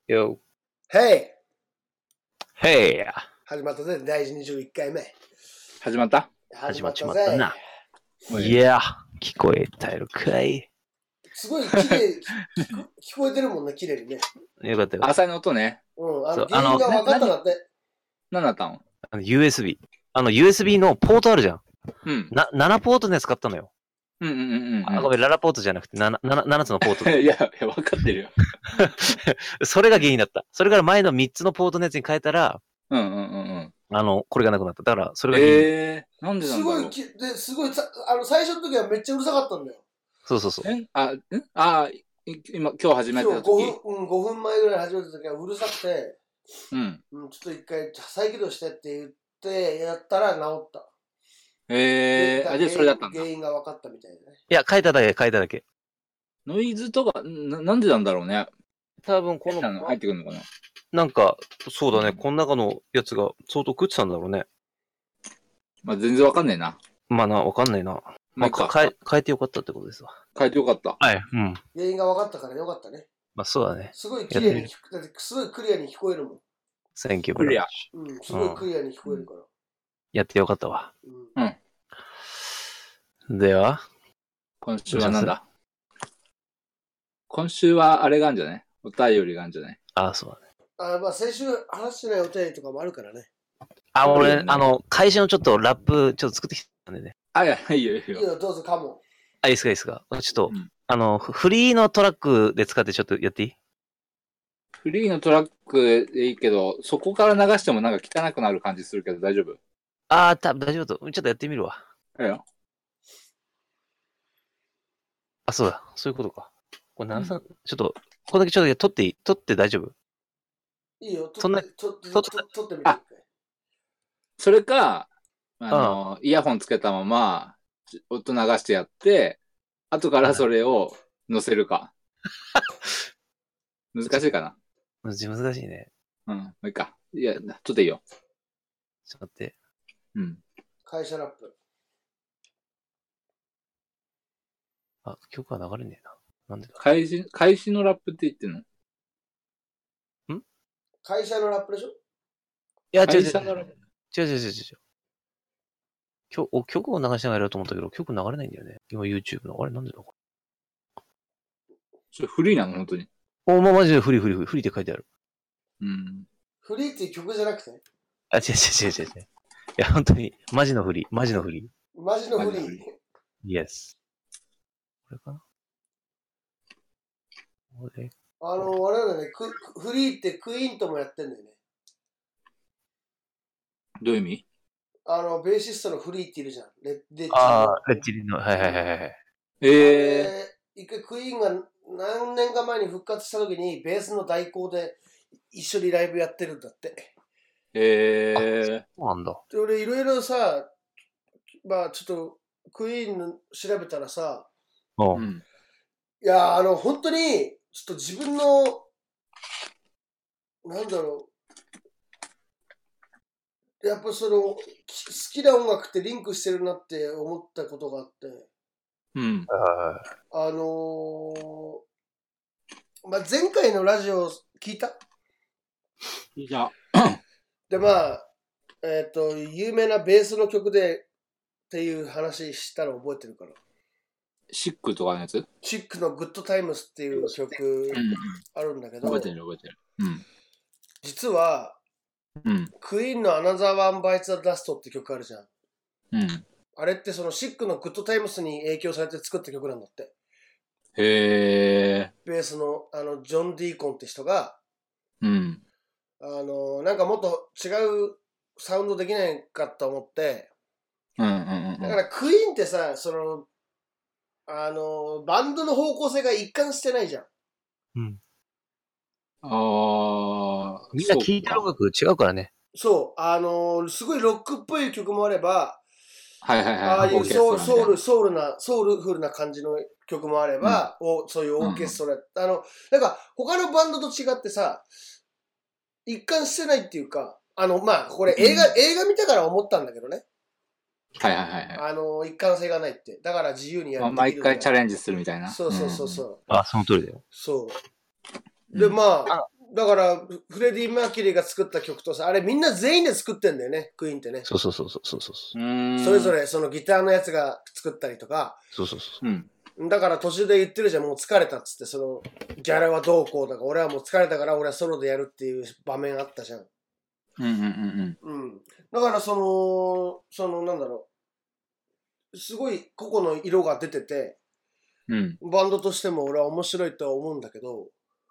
よ。 Hey! Hey! 始まったぜ、第21回目。 始まった始まっちたぜまったな。 おいいや、聞こえたるかい。 すごい綺麗、聞こえてるもんね、綺麗にね。 よかったよかっ朝の音ね。 うん、 そう原因が分かったんだって。 何だったの？ た。USB。USB のポートあるじゃん。 うん。 7ポートのやつ買ったのよ。 うんうんうんうん。 あ、ごめん、ララポートじゃなくて、7つのポート。 いや、分かってるよ。 それが原因だった。それから前の3つのポートのやつに変えたら、 うんうんうんうん。 これがなくなった。だから、それが原因。 なんでなんだろう。 すごいすごい最初の時はめっちゃうるさかったんだよ。 そうそうそう。 今日始めた時。 5分前ぐらい始めた時はうるさくて、 うん。 ちょっと一回再起動してって言って、やったら治った。 で、それだったんだ。 原因が分かったみたいだね。 いや、変えただけ。 ノイズとか、なんでなんだろうね。 多分こ入の、 ってくるのかな。 なんか、そうだね、この中のやつが相当食ってたんだろうね。 まあ全然わかんねえな。 まあな、わかんないな。まあ、変えてよかったってことですわ。 変えてよかった。 はい。うん。 原因が分かったからよかったね。 まあそうだね。 すごい綺麗に聞く。だってすごいクリアに聞こえるもん。 Thank you クリア。 うん、すごいクリアに聞こえるから。 やってよかったわ。 うん。 では今週はなんだ？今週はあれがあるんじゃない？お便りがあるんじゃない？ あ、そうだね。 まあ先週話してないお便りとかもあるからね。 俺、会社のちょっとラップ、ちょっと作ってきたんでね。 いいよいいよ。 いいよ、どうぞ、カモン。 いいですか、いいですか。ちょっと、フリーのトラックで使ってちょっとやっていい？ フリーのトラックでいいけど、そこから流してもなんか汚くなる感じするけど大丈夫？ 大丈夫と。ちょっとやってみるわ。 いいよ。 あ、そうだ。そういうことか。これ、ちょっと、ここだけちょっと撮って大丈夫？ いいよ、 そんな撮ってみて。 それか、イヤホンつけたまま、音流してやって、後からそれを載せるか。難しいかな？ 難しいね。 もういいか。いや、撮っていいよ。 ちょっと待って。 会社ラップ。 曲は流れねえな。なんでだ？ 開始のラップって言ってんの？ 会社のラップでしょ？ いや、違う。曲を流しながらやろうと思ったけど、曲流れないんだよね。今 YouTube の。あれなんでだろう？ それフリーなの？本当に。 マジでフリーって書いてある。 フリーっていう曲じゃなくて？ 違う。いや、本当に、マジのフリー。 マジのフリー。 Yes。これかな？ あれだね、フリーってクイーンともやってんだよね。 どういう意味？ ベーシストのフリーっているじゃん。レッチリの。はい。 一回クイーンが何年か前に復活した時にベースの代行で一緒にライブやってるんだって。 そうなんだ。 で、俺いろいろさ、まあちょっとクイーン調べたらさ、いや本当にちょっと自分のなんだろう、やっぱその好きな音楽ってリンクしてるなって思ったことがあって、まあ前回のラジオ聞いた？ いいじゃん。 で、まあ、有名なベースの曲でっていう話したの覚えてるかな？ シックとかのやつ？ シックのグッドタイムスっていう曲あるんだけど、 覚えてる。 実は、クイーンのアナザーワンバイツ・ザ・ダストって曲あるじゃん。あれってそのシックのグッドタイムスに影響されて作った曲なんだって。ベースのジョン・ディーコンって人が、なんかもっと違うサウンドできないかと思って、だからクイーンってさ、その、バンドの方向性が一貫してないじゃん。 みんな聴いてる音楽違うからね。 そう。すごいロックっぽい曲もあれば、 ああいうソウルフルな感じの曲もあれば、そういうオーケストラ、なんか他のバンドと違ってさ、一貫してないっていうか、まあ、これ映画見たから思ったんだけどね。一貫性がないって。だから自由にやる。 毎回チャレンジするみたいな。 そう。 その通りだよ。 そう。で、まあ、 だから、フレディ・マーキュリーが作った曲とさ、あれみんな全員で作ってんだよね、クイーンってね。 そう。それぞれそのギターのやつが作ったりとか。 そう。 だから途中で言ってるじゃん、もう疲れたっつって、その、ギャラはどうこうだから、俺はもう疲れたから俺はソロでやるっていう場面あったじゃん。だからその、なんだろう。すごい個々の色が出てて、バンドとしても俺は面白いとは思うんだけど、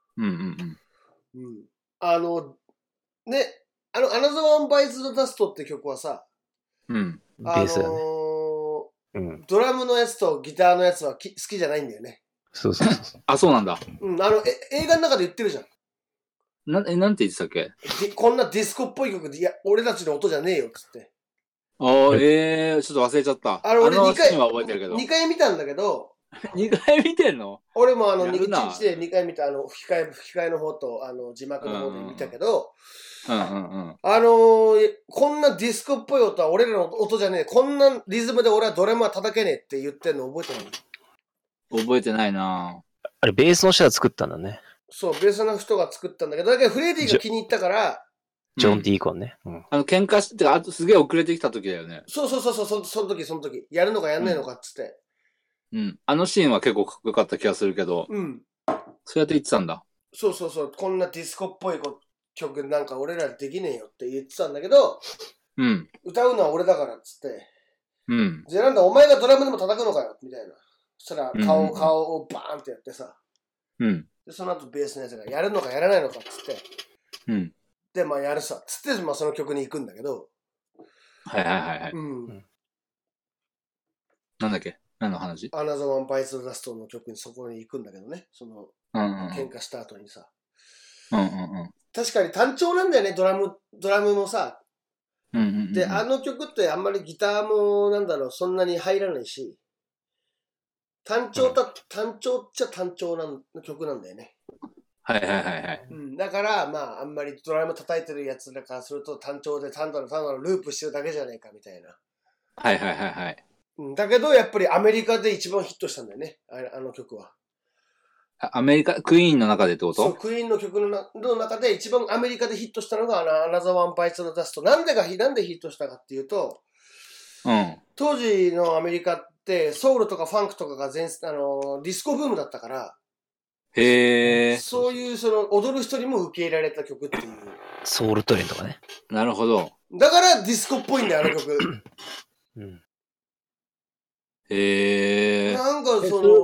アナザーワンバイズドダストって曲はさ、 ベースだね。 ドラムのやつとギターのやつは好きじゃないんだよね。 そう。 あ、そうなんだ。 映画の中で言ってるじゃん。 なんて言ってたっけ？ こんなディスコっぽい曲で、いや、俺たちの音じゃねえよ、つって。 ちょっと忘れちゃった。 俺2回、 は覚えてるけど。 2回見たんだけど、 2回見てんの？ 俺も1日で2回見た、吹き替えの方と、字幕の方で見たけど、こんなディスコっぽい音は俺らの音じゃねえ。こんなリズムで俺はドラムは叩けねえって言ってんの覚えてない？ 覚えてないな。 あれ、ベースの人が作ったんだね。 そう、ベースの人が作ったんだけど、だけどフレディが気に入ったから、 ジョン・ディーコンね。 喧嘩して、あとすげえ遅れてきた時だよね。 そう、その時。やるのかやんないのかっつって。 あのシーンは結構かっこよかった気がするけど。そうやって言ってたんだ。 そう。こんなディスコっぽい曲なんか俺らできねえよって言ってたんだけど、歌うのは俺だからっつって。じゃあなんだ、お前がドラムでも叩くのかよみたいな。そしたら顔をバーンってやってさ。で、その後ベースのやつがやるのかやらないのかっつって。で、まあやるさ。つって、まあその曲に行くんだけど。 はい。なんだっけ？何の話？ アナザーワンバイツダストの曲にそこに行くんだけどね。その、喧嘩した後にさ。確かに単調なんだよね、ドラムもさ。で、あの曲ってあんまりギターもなんだろう、そんなに入らないし、単調っちゃ単調な曲なんだよね。 はい。 だから、まあ、あんまりドラム叩いてるやつらからすると単調で単なるループしてるだけじゃないかみたいな。 はい。 だけど、やっぱりアメリカで一番ヒットしたんだよね、あの曲は。 アメリカ、クイーンの中でってこと？ そう、クイーンの曲の中で一番アメリカでヒットしたのがアナザーワンバイツのダスト。なんでヒットしたかっていうと、当時のアメリカってソウルとかファンクとかがディスコブームだったから、そういうその踊る人にも受け入れられた曲っていう。 ソウルトレインとかね。 なるほど。 だからディスコっぽいんだよ、あの曲。なんか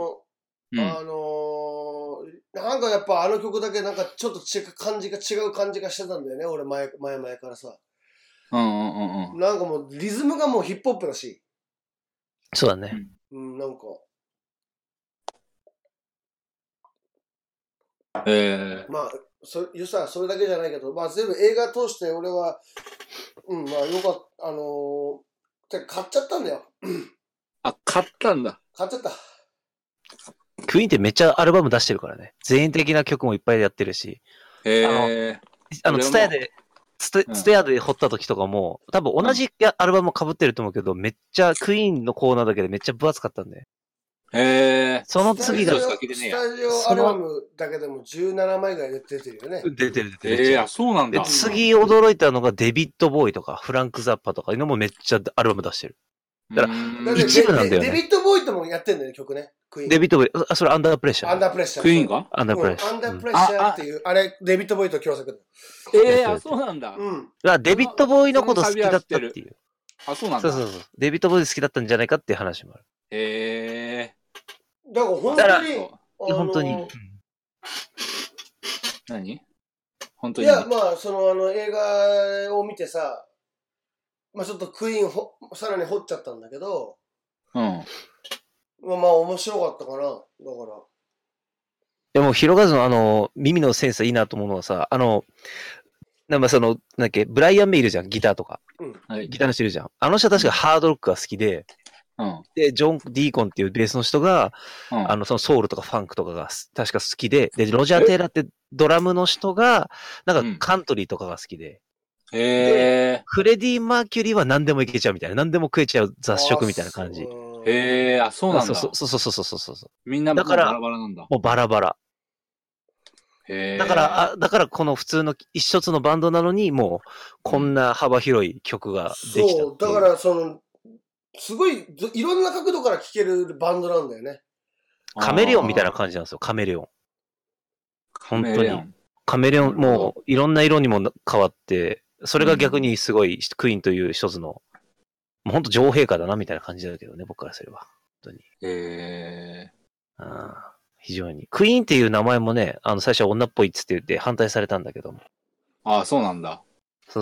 なんかやっぱあの曲だけなんかちょっと違う感じがしてたんだよね、俺前からさ。なんかもうリズムがもうヒップホップだし。 そうだね。 なんか。まあ、それだけじゃないけど、まあ全部映画通して俺は、まあよかった、買っちゃったんだよ。 買ったんだ。 買っちゃった。 クイーンってめっちゃアルバム出してるからね。全員的な曲もいっぱいやってるし。ツタヤで掘った時とかも、多分同じアルバム被ってると思うけど、めっちゃクイーンのコーナーだけでめっちゃ分厚かったんで。その次が、 スタジオアルバムだけでも17枚ぐらい出てるよね。 出てる。 そうなんだ。 で、次驚いたのがデビッド・ボーイとか、フランク・ザッパとかいうのもめっちゃアルバム出してる。だから一部なんだよね。 デビッド・ボーイともやってんだよね、曲ね。 デビッド・ボーイ、それアンダープレッシャー。 クイーンがアンダープレッシャー。 アンダープレッシャーっていう、あれ、デビッド・ボーイと共作だ。そうなんだ。 デビッド・ボーイのこと好きだったっていう。 そうなんだ。 そう。デビッド・ボーイ好きだったんじゃないかっていう話もある。 だから本当に。 何？本当に。 いや、まあ、映画を見てさ、まあちょっとクイーンさらに掘っちゃったんだけど、まあ面白かったかな、だから。 でも、ひろがずの耳のセンスいいなと思うのはさ、なんだっけ、ブライアン・メイいるじゃん、ギターとか。ギターの人いるじゃん。あの人は確かハードロックが好きで、で、ジョン・ディーコンっていうベースの人が、そのソウルとかファンクとかが確か好きで、で、ロジャー・テイラーってドラムの人が、なんかカントリーとかが好きで、で、フレディ・マーキュリーは何でもいけちゃうみたいな、何でも食えちゃう雑食みたいな感じ。 そうなんだ。 そう。 みんなバラバラなんだ。 もうバラバラ。 だからこの普通の一つのバンドなのに、もう、こんな幅広い曲ができた。 そう、だからすごい、いろんな角度から聴けるバンドなんだよね。 カメレオンみたいな感じなんですよ、カメレオン。本当に。カメレオン、もう、いろんな色にも変わって、それが逆にすごい、クイーンという一つの、もう本当女王陛下だな、みたいな感じだけどね、僕からすれば。本当に。非常に。クイーンっていう名前もね、最初は女っぽいっつって言って反対されたんだけども。 ああ、そうなんだ。 そう。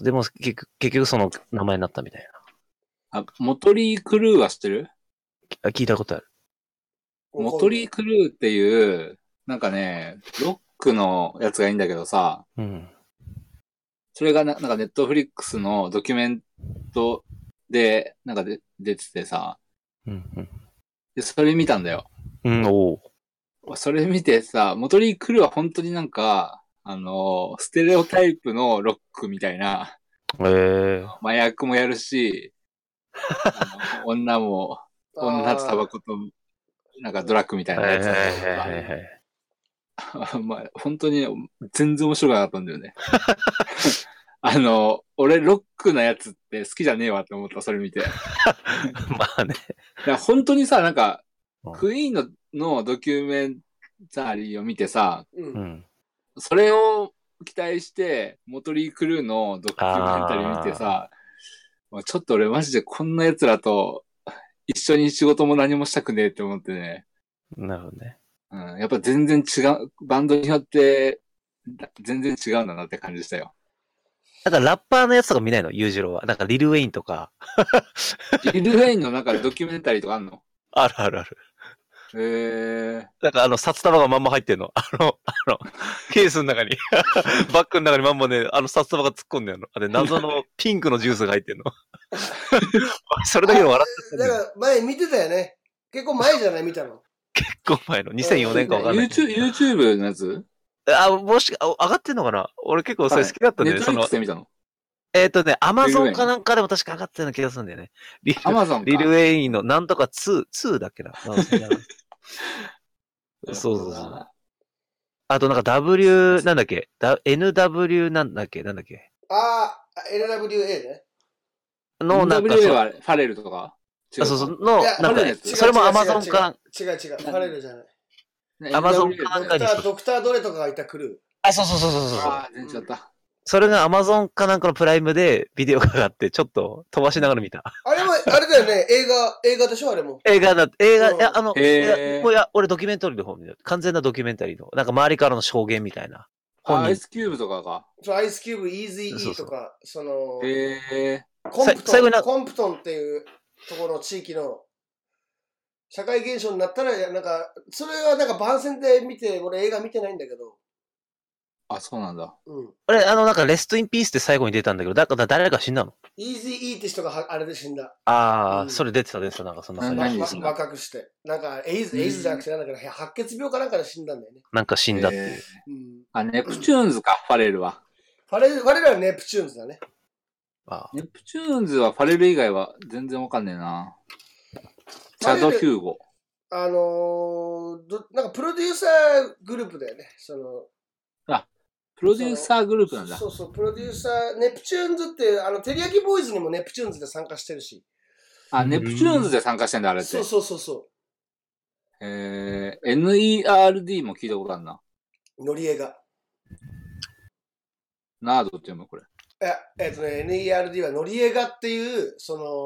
でも結局その名前になったみたいな。モトリー・クルーは知ってる？ 聞いたことある。 モトリー・クルーっていう、なんかね、ロックのやつがいいんだけどさ、それがなんかネットフリックスのドキュメントで、なんか出ててさ、で、それ見たんだよ。それ見てさ、モトリー・クルーは本当になんか、ステレオタイプのロックみたいな、麻薬もやるし、女とタバコと、なんかドラッグみたいなやつだったまあ、本当に全然面白くなかったんだよね。俺ロックなやつって好きじゃねえわって思った、それ見て。 まあね。 本当にさ、なんか、クイーンのドキュメンタリーを見てさ、それを期待して、モトリー・クルーのドキュメンタリー見てさ、ちょっと俺マジでこんな奴らと一緒に仕事も何もしたくねえって思ってね。 なるほどね。 やっぱ全然違う、バンドによって全然違うんだなって感じしたよ。 なんかラッパーのやつとか見ないの？裕次郎は。なんかリル・ウェインとか。 リル・ウェインのなんかドキュメンタリーとかあんの？ ある。なんか札束がまんま入ってんの。ケースの中に、バッグの中にまんまね、札束が突っ込んでんの。謎のピンクのジュースが入ってんの。それだけで笑ってた。だから前見てたよね。結構前じゃない見たの。 結構前の。2004年かわかんない。 YouTube のやつ？ もし、上がってんのかな？俺結構それ好きだったんだよね。 ネットフリックスで見たの？ アマゾンかなんかでも確か上がってたような気がするんだよね。 アマゾンか。 リル・ウェインのなんとか2だっけな。そう。あとなんか W、なんだっけ ?NW なんだっけ NWA ね。 のなんか。 NWA はファレルとか？ そう。の、なんかね、それもアマゾンか。 違う。ファレルじゃない。 アマゾンかなんかに。 ドクター・ドレとかがいたクルー。そう。 全然違った。 それがアマゾンかなんかのプライムでビデオが上がって、ちょっと飛ばしながら見た。 あれだよね。映画でしょあれも。 映画、俺ドキュメンタリーの方見た。完全なドキュメンタリーの。なんか周りからの証言みたいな。 アイスキューブとかが。 そう、アイスキューブ、イーズイーとか、コンプトンっていうところの地域の社会現象になったら、なんか、それはなんか番宣で見て、俺映画見てないんだけど。 あ、そうなんだ。 俺、なんかレストインピースって最後に出たんだけど、誰か死んだの？ イーズイーって人があれで死んだ。 それ出てた、なんかそんな感じ。若くして。なんか、エイズじゃなくてなんだけど、白血病かなんかで死んだんだよね。 なんか死んだっていう。 ネプチューンズか、ファレルは。 ファレルはネプチューンズだね。 ネプチューンズはファレル以外は全然わかんねえな。チャド・ヒューゴ。 なんかプロデューサーグループだよね。 プロデューサーグループなんだ。 そう、プロデューサー、ネプチューンズって、テリヤキボーイズにもネプチューンズで参加してるし。 ネプチューンズで参加してんだ、あれって。 そう。 NERD も聞いたことあるな。 ノリエガ。 ナードって読むこれ。 NERD はノリエガっていう、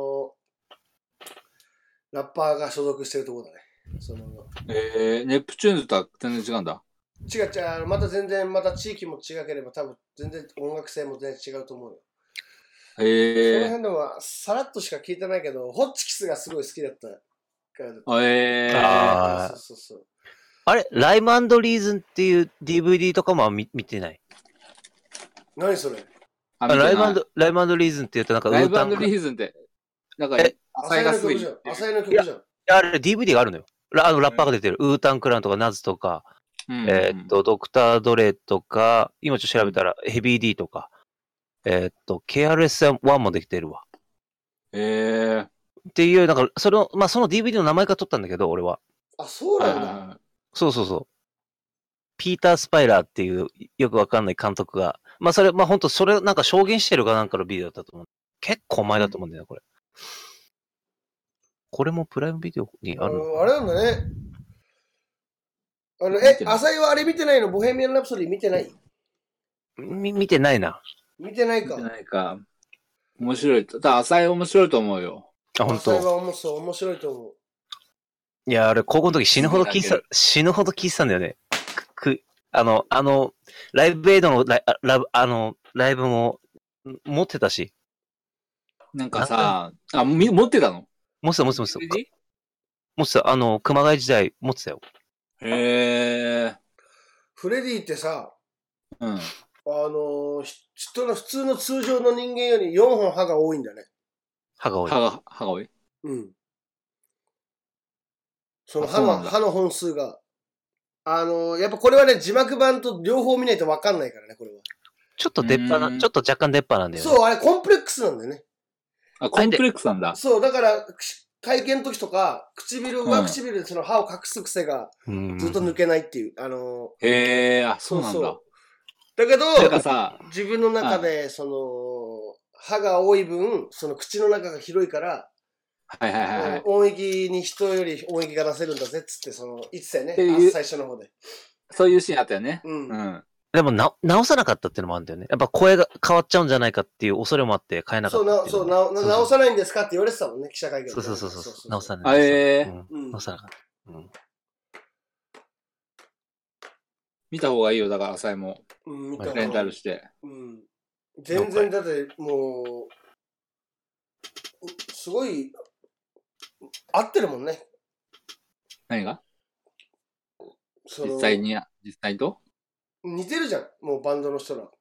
ラッパーが所属してるところだね。ネプチューンズとは全然違うんだ。 違う。また地域も違ければ多分全然音楽性も全然違うと思うよ。その辺でもさらっとしか聞いてないけど、ホッチキスがすごい好きだったから。そう。 あれ、ライム&リーズンっていう DVD とかも見てない？ 何それ？ ライム&リーズンって言うとなんかライム&リーズンって、なんか、 浅井の曲じゃん。 あれ、DVD があるのよ。ラッパーが出てる。ウータンクランとかナズとか、ドクター・ドレとか、今ちょっと調べたらヘビー D とか、KRS-One もできてるわ。っていう、なんか、その DVD の名前から取ったんだけど、俺は。 あ、そうなんだ。 そう。 ピーター・スパイラーっていうよくわかんない監督が、まあそれ、まあ本当それなんか証言してるかなんかのビデオだったと思う。結構前だと思うんだよな、これ。これもプライムビデオにあるの？ あれなんだね。浅井はあれ見てないの？ボヘミアン・ラプソディ見てない？ 見てないな。 見てないか。 見てないか。面白い。ただ浅井面白いと思うよ。 あ、本当。 浅井は面白いと思う。 いや、あれ、高校の時死ぬほど聞いてたんだよね。ライブエイドのライブも持ってたし。 なんかさ、持ってたの？ 持ってた。持ってた。熊谷時代持ってたよ。 へー。 フレディってさ、 うん。 人の普通の通常の人間より4本歯が多いんだね。 歯が多い。 歯が多い？ うん。その歯の本数が。やっぱこれはね、字幕版と両方見ないと分かんないからね、これは。 ちょっと若干出っ歯なんだよね。 そう、あれコンプレックスなんだよね。 あ、コンプレックスなんだ。 そう、だから、会見の時とか、上唇でその歯を隠す癖がずっと抜けないっていう。 へー、あ、そうなんだ。そうだけど、 なんかさ、 自分の中で、歯が多い分、その口の中が広いから、 はい。 音域に人より音域が出せるんだぜっつって、言ってたよね。最初の方で。 そういうシーンあったよね。 うん。 でも直さなかったっていうのもあるんだよね。やっぱ声が変わっちゃうんじゃないかっていう恐れもあって変えなかった。 そう、直さないんですかって言われてたもんね、記者会見で。 そう。直さない。直さなかった。うん。 見た方がいいよ、だから、浅井も。 見た方がいい。 レンタルして。 うん。全然、だって、もう、すごい、合ってるもんね。 何が？実際と似てるじゃん、もうバンドの人ら。ギ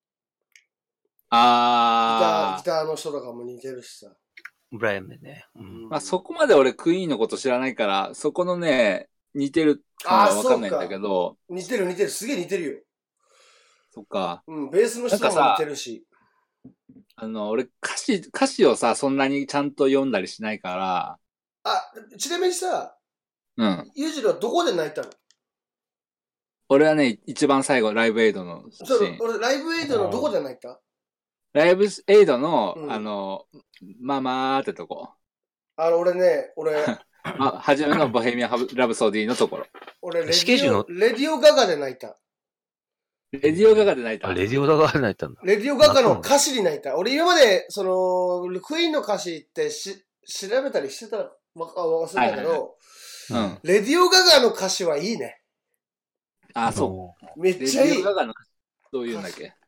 ターの人とかも似てるしさ。 ブライアンでね。 まあそこまで俺クイーンのこと知らないから、そこのね、似てるかはわかんないんだけど。 似てる。すげえ似てるよ。 そっか。 うん、ベースの人も似てるし。 俺歌詞をさ、そんなにちゃんと読んだりしないから。 ちなみにさ、 うん。 ユージロはどこで泣いたの？ 俺はね、一番最後、ライブエイドのシーン。 俺、ライブエイドのどこで泣いた？ ライブエイドの、ママーってとこ。 俺、 初めのボヘミアン・ラブソディのところ。 俺、レディオガガで泣いた。 レディオガガで泣いた。 レディオガガで泣いたんだ。 レディオガガの歌詞に泣いた。俺、今まで、クイーンの歌詞って調べたりしてたら忘れたけど、レディオガガの歌詞はいいね。 あ、そう。 めっちゃいい。 レディオガガの歌詞どういうんだっけ？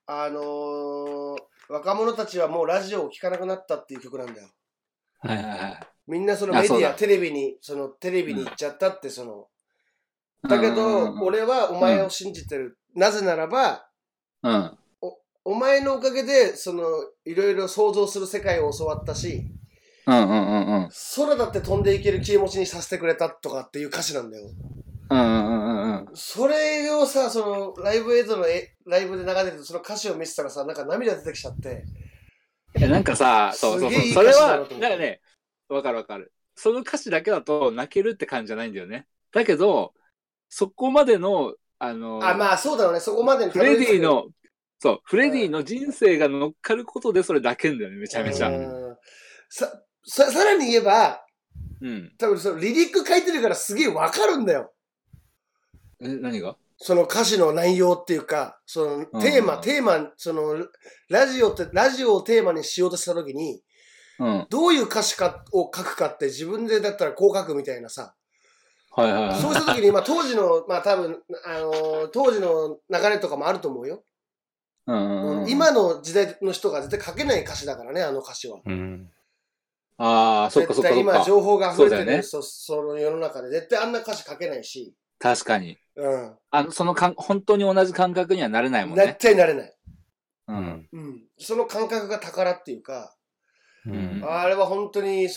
若者たちはもうラジオを聴かなくなったっていう曲なんだよ。 はい。 みんなそのメディア、テレビに行っちゃったって、だけど、俺はお前を信じてる。なぜならば、お前のおかげで、いろいろ想像する世界を教わったし、空だって飛んでいける気持ちにさせてくれたとかっていう歌詞なんだよ。それをさ、ライブ映像のライブで流れてるその歌詞を見てたらさ、なんか涙出てきちゃって。 なんかさ、それは、なんかね、わかる。その歌詞だけだと泣けるって感じじゃないんだよね。だけど、そこまでの、 まあそうだろうね、そこまでのフレディの人生が乗っかることでそれだけんだよね、めちゃめちゃ。 さらに言えば、多分リリック書いてるからすげえわかるんだよ。 何が？ その歌詞の内容っていうか、テーマ、ラジオをテーマにしようとしたときに、どういう歌詞を書くかって自分でだったらこう書くみたいなさ。そうしたときに、当時の、多分、当時の流れとかもあると思うよ。今の時代の人が絶対書けない歌詞だからね、あの歌詞は。 そっか。 絶対今情報が溢れてる、その世の中で絶対あんな歌詞書けないし。 確かに。本当に同じ感覚にはなれないもんね。 絶対なれない。その感覚が宝っていうか、あれは本当に、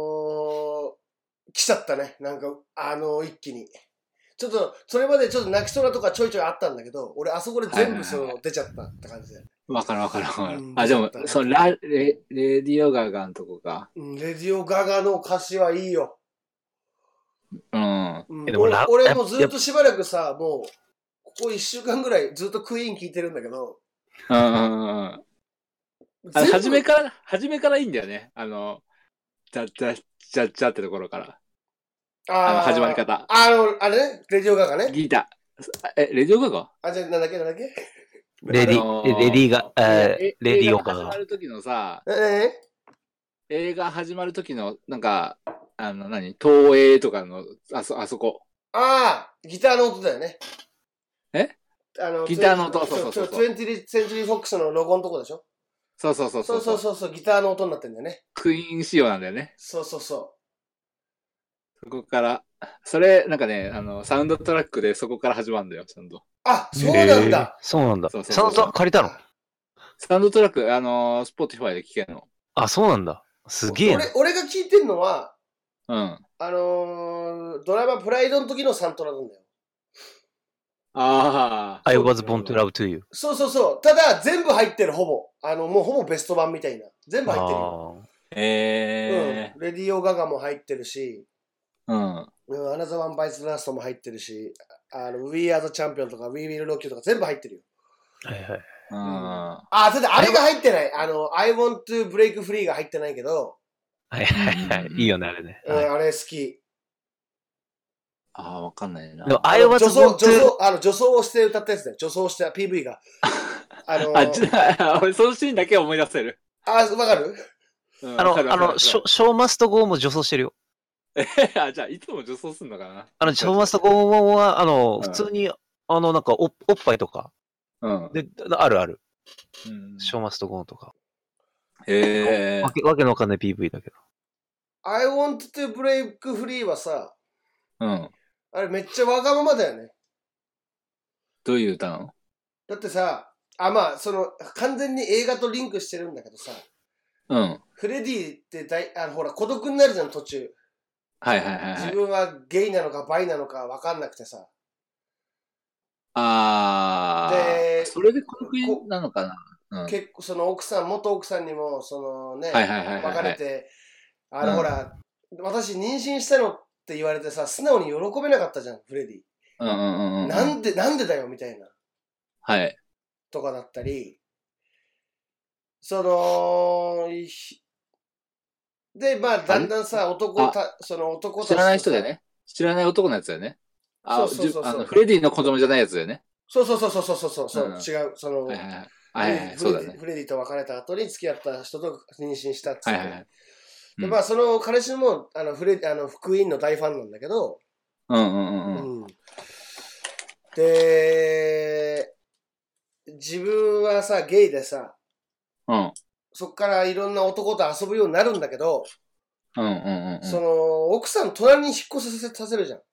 来ちゃったね。なんか、一気に。ちょっと、それまでちょっと泣きそうなとかちょいちょいあったんだけど、俺あそこで全部出ちゃったって感じで。 わかる。でも、レディオガガのとこか。 レディオガガの歌詞はいいよ。 でも俺もずっとしばらくさ、もう、 こ1週間ぐらいずっとクイーン聴いてるんだけど。 初めからいいんだよね。じゃってところから。始まり方。 あれね、レディオガガね。 ギター。レディオガガ？ じゃあ、なんだっけレディオガガ。 始まる時のさ、映画始まる時の、なんか、東映とかの、あそこ。 ギターの音だよね。 ギターの音、そう。 20th Century Fox のロゴのとこでしょ？そう、ギターの音になってんだよね。 クイーン仕様なんだよね。 そう。 そこから、それ、なんかね、サウンドトラックでそこから始まるんだよ、ちゃんと。 そうなんだ。 そうなんだ。サウンドトラック借りたの？ サウンドトラック、Spotify で聴けるの。 そうなんだ。すげえ。 俺が聞いてんのは、 ドラマプライドの時のサントラなんだよ。 I was born to love to you. そう。ただ、全部入ってる、ほぼ。もうほぼベスト版みたいな。全部入ってるよ。レディオガガも入ってるし、アナザーワンバイツラストも入ってるし、We Are the Champion とか We Will Rock You とか全部入ってるよ。ただあれが入ってない。I Want to Break Free が入ってないけど。 いいよね、あれね。 あれ好き。 わかんないな。 女装をして歌ったやつだよ。女装した PV が。 俺そのシーンだけ思い出せる。 わかる？ ショーマストゴーも女装してるよ。 じゃあ、いつも女装すんのかな？ ショーマストゴーは、普通に、なんかおっぱいとか。で、ある。ショーマストゴーとか。わけのわかんない PV だけど。 I Want to Break Free はさ、あれめっちゃわがままだよね。 どういう歌なの？ だってさ、完全に映画とリンクしてるんだけどさ、フレディってほら、孤独になるじゃん、途中。自分はゲイなのかバイなのかわかんなくてさ。 で、それで孤独なのかな？ 結構元奥さんにも、別れて、ほら、私妊娠したのって言われてさ、素直に喜べなかったじゃん、フレディ。なんでだよ、みたいな。とかだったり、で、だんだんさ、男たち。 知らない人だよね。知らない男のやつだよね。フレディの子供じゃないやつだよね。 そう、違う。フレディと別れた後に付き合った人と妊娠したっつって。で、その彼氏も、福音の大ファンなんだけど、で、自分はさ、ゲイでさ、そっからいろんな男と遊ぶようになるんだけど、奥さん隣に引っ越しさせるじゃん。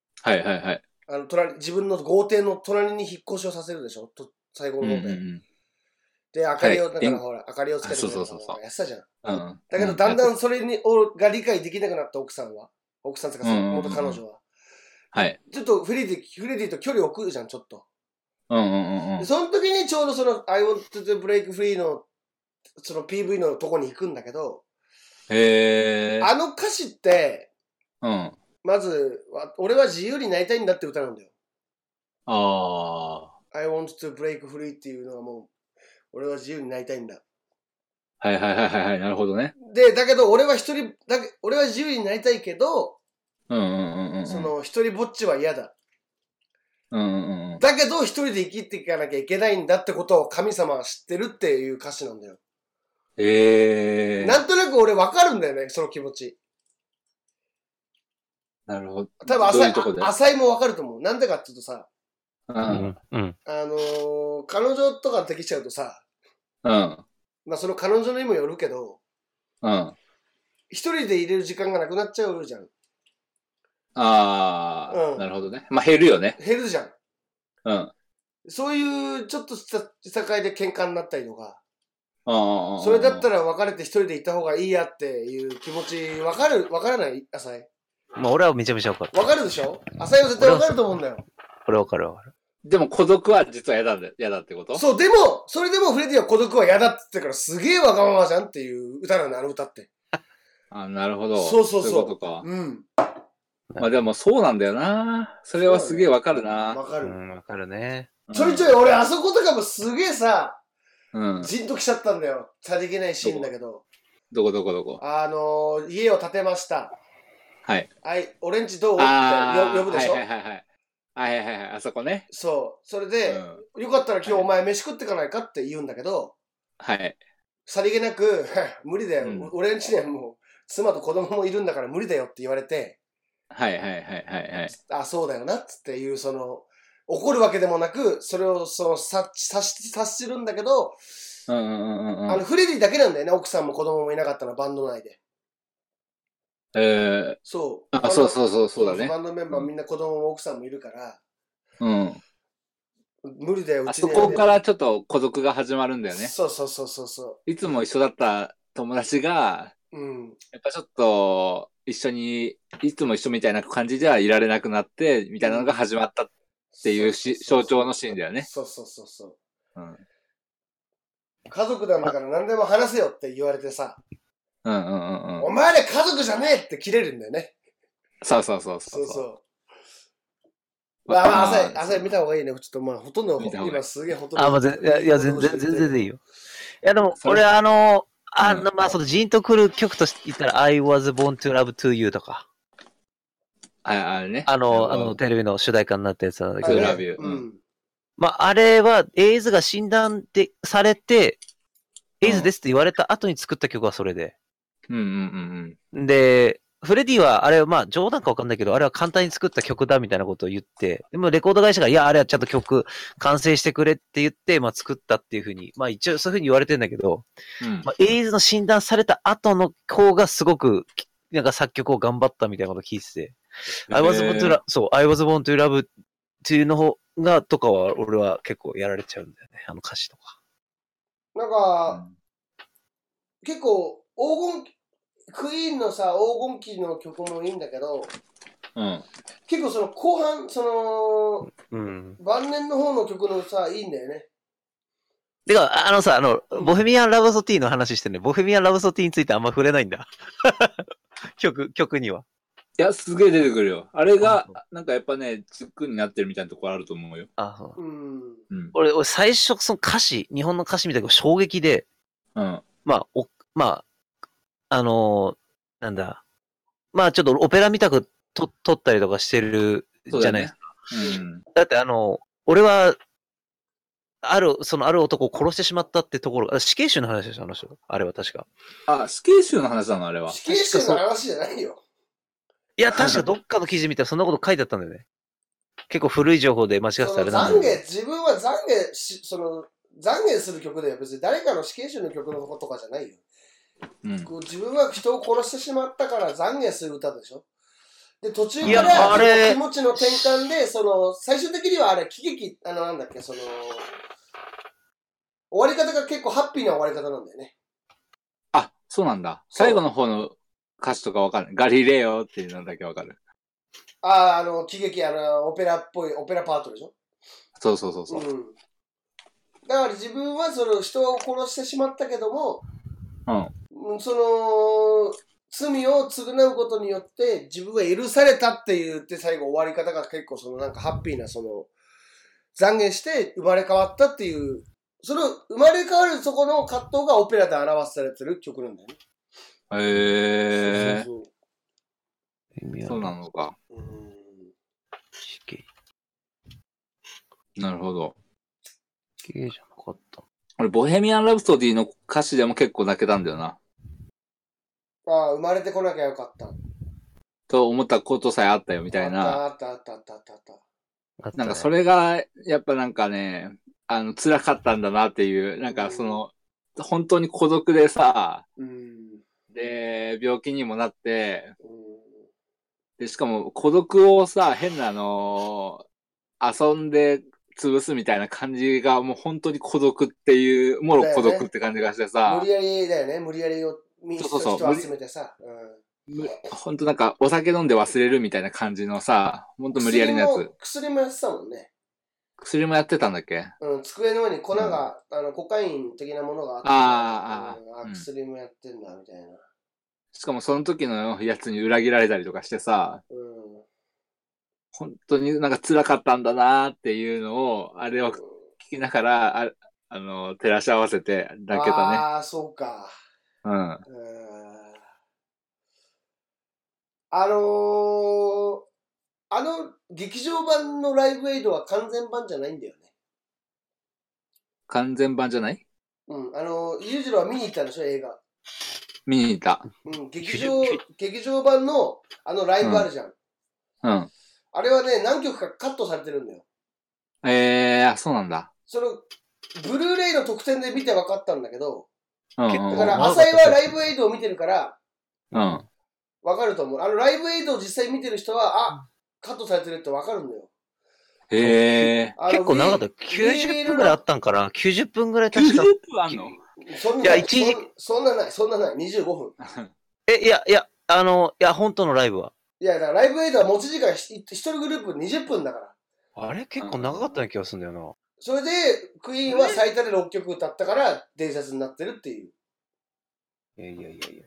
自分の豪邸の隣に引っ越しをさせるでしょ、最後の方で。で、明かりを、だからほら、明かりをつけてやってたじゃん。だけど、だんだんそれが理解できなくなった奥さんとか元彼女は。ちょっとフレディと距離を置くじゃん、ちょっと。その時にちょうどI Want to Break Free の、PV のとこに行くんだけど、あの歌詞って、まず、俺は自由になりたいんだって歌なんだよ。I want to break free っていうのはもう、俺は自由になりたいんだ。 なるほどね。 で、だけど俺は自由になりたいけど、一人ぼっちは嫌だ。だけど一人で生きていかなきゃいけないんだってことを神様は知ってるっていう歌詞なんだよ。なんとなく俺分かるんだよね、その気持ち。 なるほど。 多分浅井も分かると思う。なんでかっていうとさ、彼女とかできちゃうとさ、その彼女にもよるけど、一人でいれる時間がなくなっちゃうじゃん。 なるほどね。減るよね。 減るじゃん。そういうちょっとしたいさかいで喧嘩になったりとか、それだったら別れて一人でいた方がいいやっていう気持ち、わからない浅井。 俺はめちゃめちゃわかる。 わかるでしょ？浅井は絶対わかると思うんだよ。 俺わかる。 でも孤独は実は嫌だってこと？ そう、それでもフレディは孤独は嫌だって言ってからすげえわがままじゃんっていう歌なんだ、あの歌って。 なるほど。 そう。 そういうことか。 まあでもそうなんだよな。それはすげえわかるな。 わかる。 わかるね。 ちょいちょい俺あそことかもすげえさ、じんときちゃったんだよ。さりげないシーンだけど。 どこ家を建てました。 はい。 オレンジどうって呼ぶでしょ。 はい、あそこね。 そう。それで、よかったら今日お前飯食ってかないかって言うんだけど、 はい。 さりげなく、無理だよ。俺んちにはもう、妻と子供もいるんだから無理だよって言われて、 はい。 あ、そうだよなっていう、怒るわけでもなく、それを察してるんだけど、フレディだけなんだよね、奥さんも子供もいなかったの、バンド内で。そう。 そうだね。 バンドメンバーみんな子供も奥さんもいるから、無理だよ、 うちに。そこからちょっと孤独が始まるんだよね。 そう。 いつも一緒だった友達が、やっぱちょっと、いつも一緒みたいな感じではいられなくなって、みたいなのが始まったっていう象徴のシーンだよね。 そう。家族なんだから何でも話せよって言われてさ、お前ら家族じゃねえって切れるんだよね。 そう。 まあ、朝見た方がいいね。ちょっとまあ、ほとんど、今すげえほとんど。 全然いいよ。いや、でも、俺まあ、ジーンとくる曲として言ったら、I was born to love to you とか。 あれね。 テレビの主題歌になったやつなんだけど。 love you。 まあ、あれは、エイズが診断されて、エイズですって言われた後に作った曲はそれで。で、フレディは、あれはまあ冗談かわかんないけど、あれは簡単に作った曲だみたいなことを言って、でもレコード会社が、いや、あれはちゃんと曲完成してくれって言って、まあ作ったっていうふうに、まあ一応そういうふうに言われてんだけど、まあ、エイズの診断された後の方がすごく、なんか作曲を頑張ったみたいなことを聞いてて、I was born to love to you の方が、とかは俺は結構やられちゃうんだよね、あの歌詞とか。 なんか、結構、クイーンのさ、黄金期の曲もいいんだけど、結構後半、晩年の方の曲のさ、いいんだよね。 てか、ボヘミアン・ラブソティの話してね、ボヘミアン・ラブソティについてあんま触れないんだ。曲には。 いや、すげえ出てくるよ。あれが、なんかやっぱね、軸になってるみたいなところあると思うよ。 俺、最初、日本の歌詞見たけど衝撃で、なんだ。まあちょっとオペラ見たく撮ったりとかしてるじゃないですか。だって俺は、ある男を殺してしまったってところ、死刑囚の話でしょ、あの人。あれは確か。 死刑囚の話なのあれは。 死刑囚の話じゃないよ。 いや、確かどっかの記事見たらそんなこと書いてあったんだよね。結構古い情報で間違ってたら自分は懺悔する曲で別に誰かの死刑囚の曲のこととかじゃないよ。自分は人を殺してしまったから懺悔する歌でしょ。で、途中から気持ちの転換で、最終的にはあれ、喜劇、なんだっけ、終わり方が結構ハッピーな終わり方なんだよね。 あ、そうなんだ。最後の方の歌詞とかわかんない。ガリレオっていうのだけわかる。 喜劇、オペラっぽい、オペラパートでしょ。 そう。 だから自分は人を殺してしまったけども、罪を償うことによって自分が許されたって言って最後終わり方が結構なんかハッピーな懺悔して生まれ変わったっていう、生まれ変わるそこの葛藤がオペラで表されてる曲なんだよね。 そうなのか。なるほど。 死刑じゃなかった。 俺、ボヘミアン・ラプソディの歌詞でも結構泣けたんだよな。 生まれてこなきゃよかった。 と思ったことさえあったよ、みたいな。 あった。 なんかそれが、やっぱなんかね、辛かったんだなっていう、なんか本当に孤独でさ、で、病気にもなって、で、しかも孤独をさ、変な遊んで潰すみたいな感じが、もう本当に孤独っていう、もろ孤独って感じがしてさ。 無理やりだよね、無理やりを。人集めてさ。 本当なんかお酒飲んで忘れるみたいな感じのさ、本当無理やりなやつ。 薬もやってたもんね。 薬もやってたんだっけ？ 机の上に粉が、コカイン的なものがあって。薬もやってんだ、みたいな。 しかもその時のやつに裏切られたりとかしてさ、本当になんか辛かったんだなっていうのを、あれを聞きながら、照らし合わせて泣けたね。 ああ、そうか。 うん。 劇場版のライブエイドは完全版じゃないんだよね。 完全版じゃない？ うん。裕次郎は見に行ったんでしょ、映画。 見に行った。 うん。劇場版のライブあるじゃん。 うん。 あれはね、何曲かカットされてるんだよ。 そうなんだ。 ブルーレイの特典で見て分かったんだけど、 だから、浅井はライブエイドを見てるから、 うん。 分かると思う。ライブエイドを実際見てる人は、カットされてるって分かるんだよ。 結構長かった。90分ぐらいあったんかな？ 90 分ぐらい確か。 90分あんの？ そんなない、25分。 いや、本当のライブは。 いや、だからライブエイドは持ち時間一人グループ20分だから。 あれ結構長かったような気がするんだよな。 それで、クイーンは最多で6曲歌ったから、伝説になってるっていう。 いや。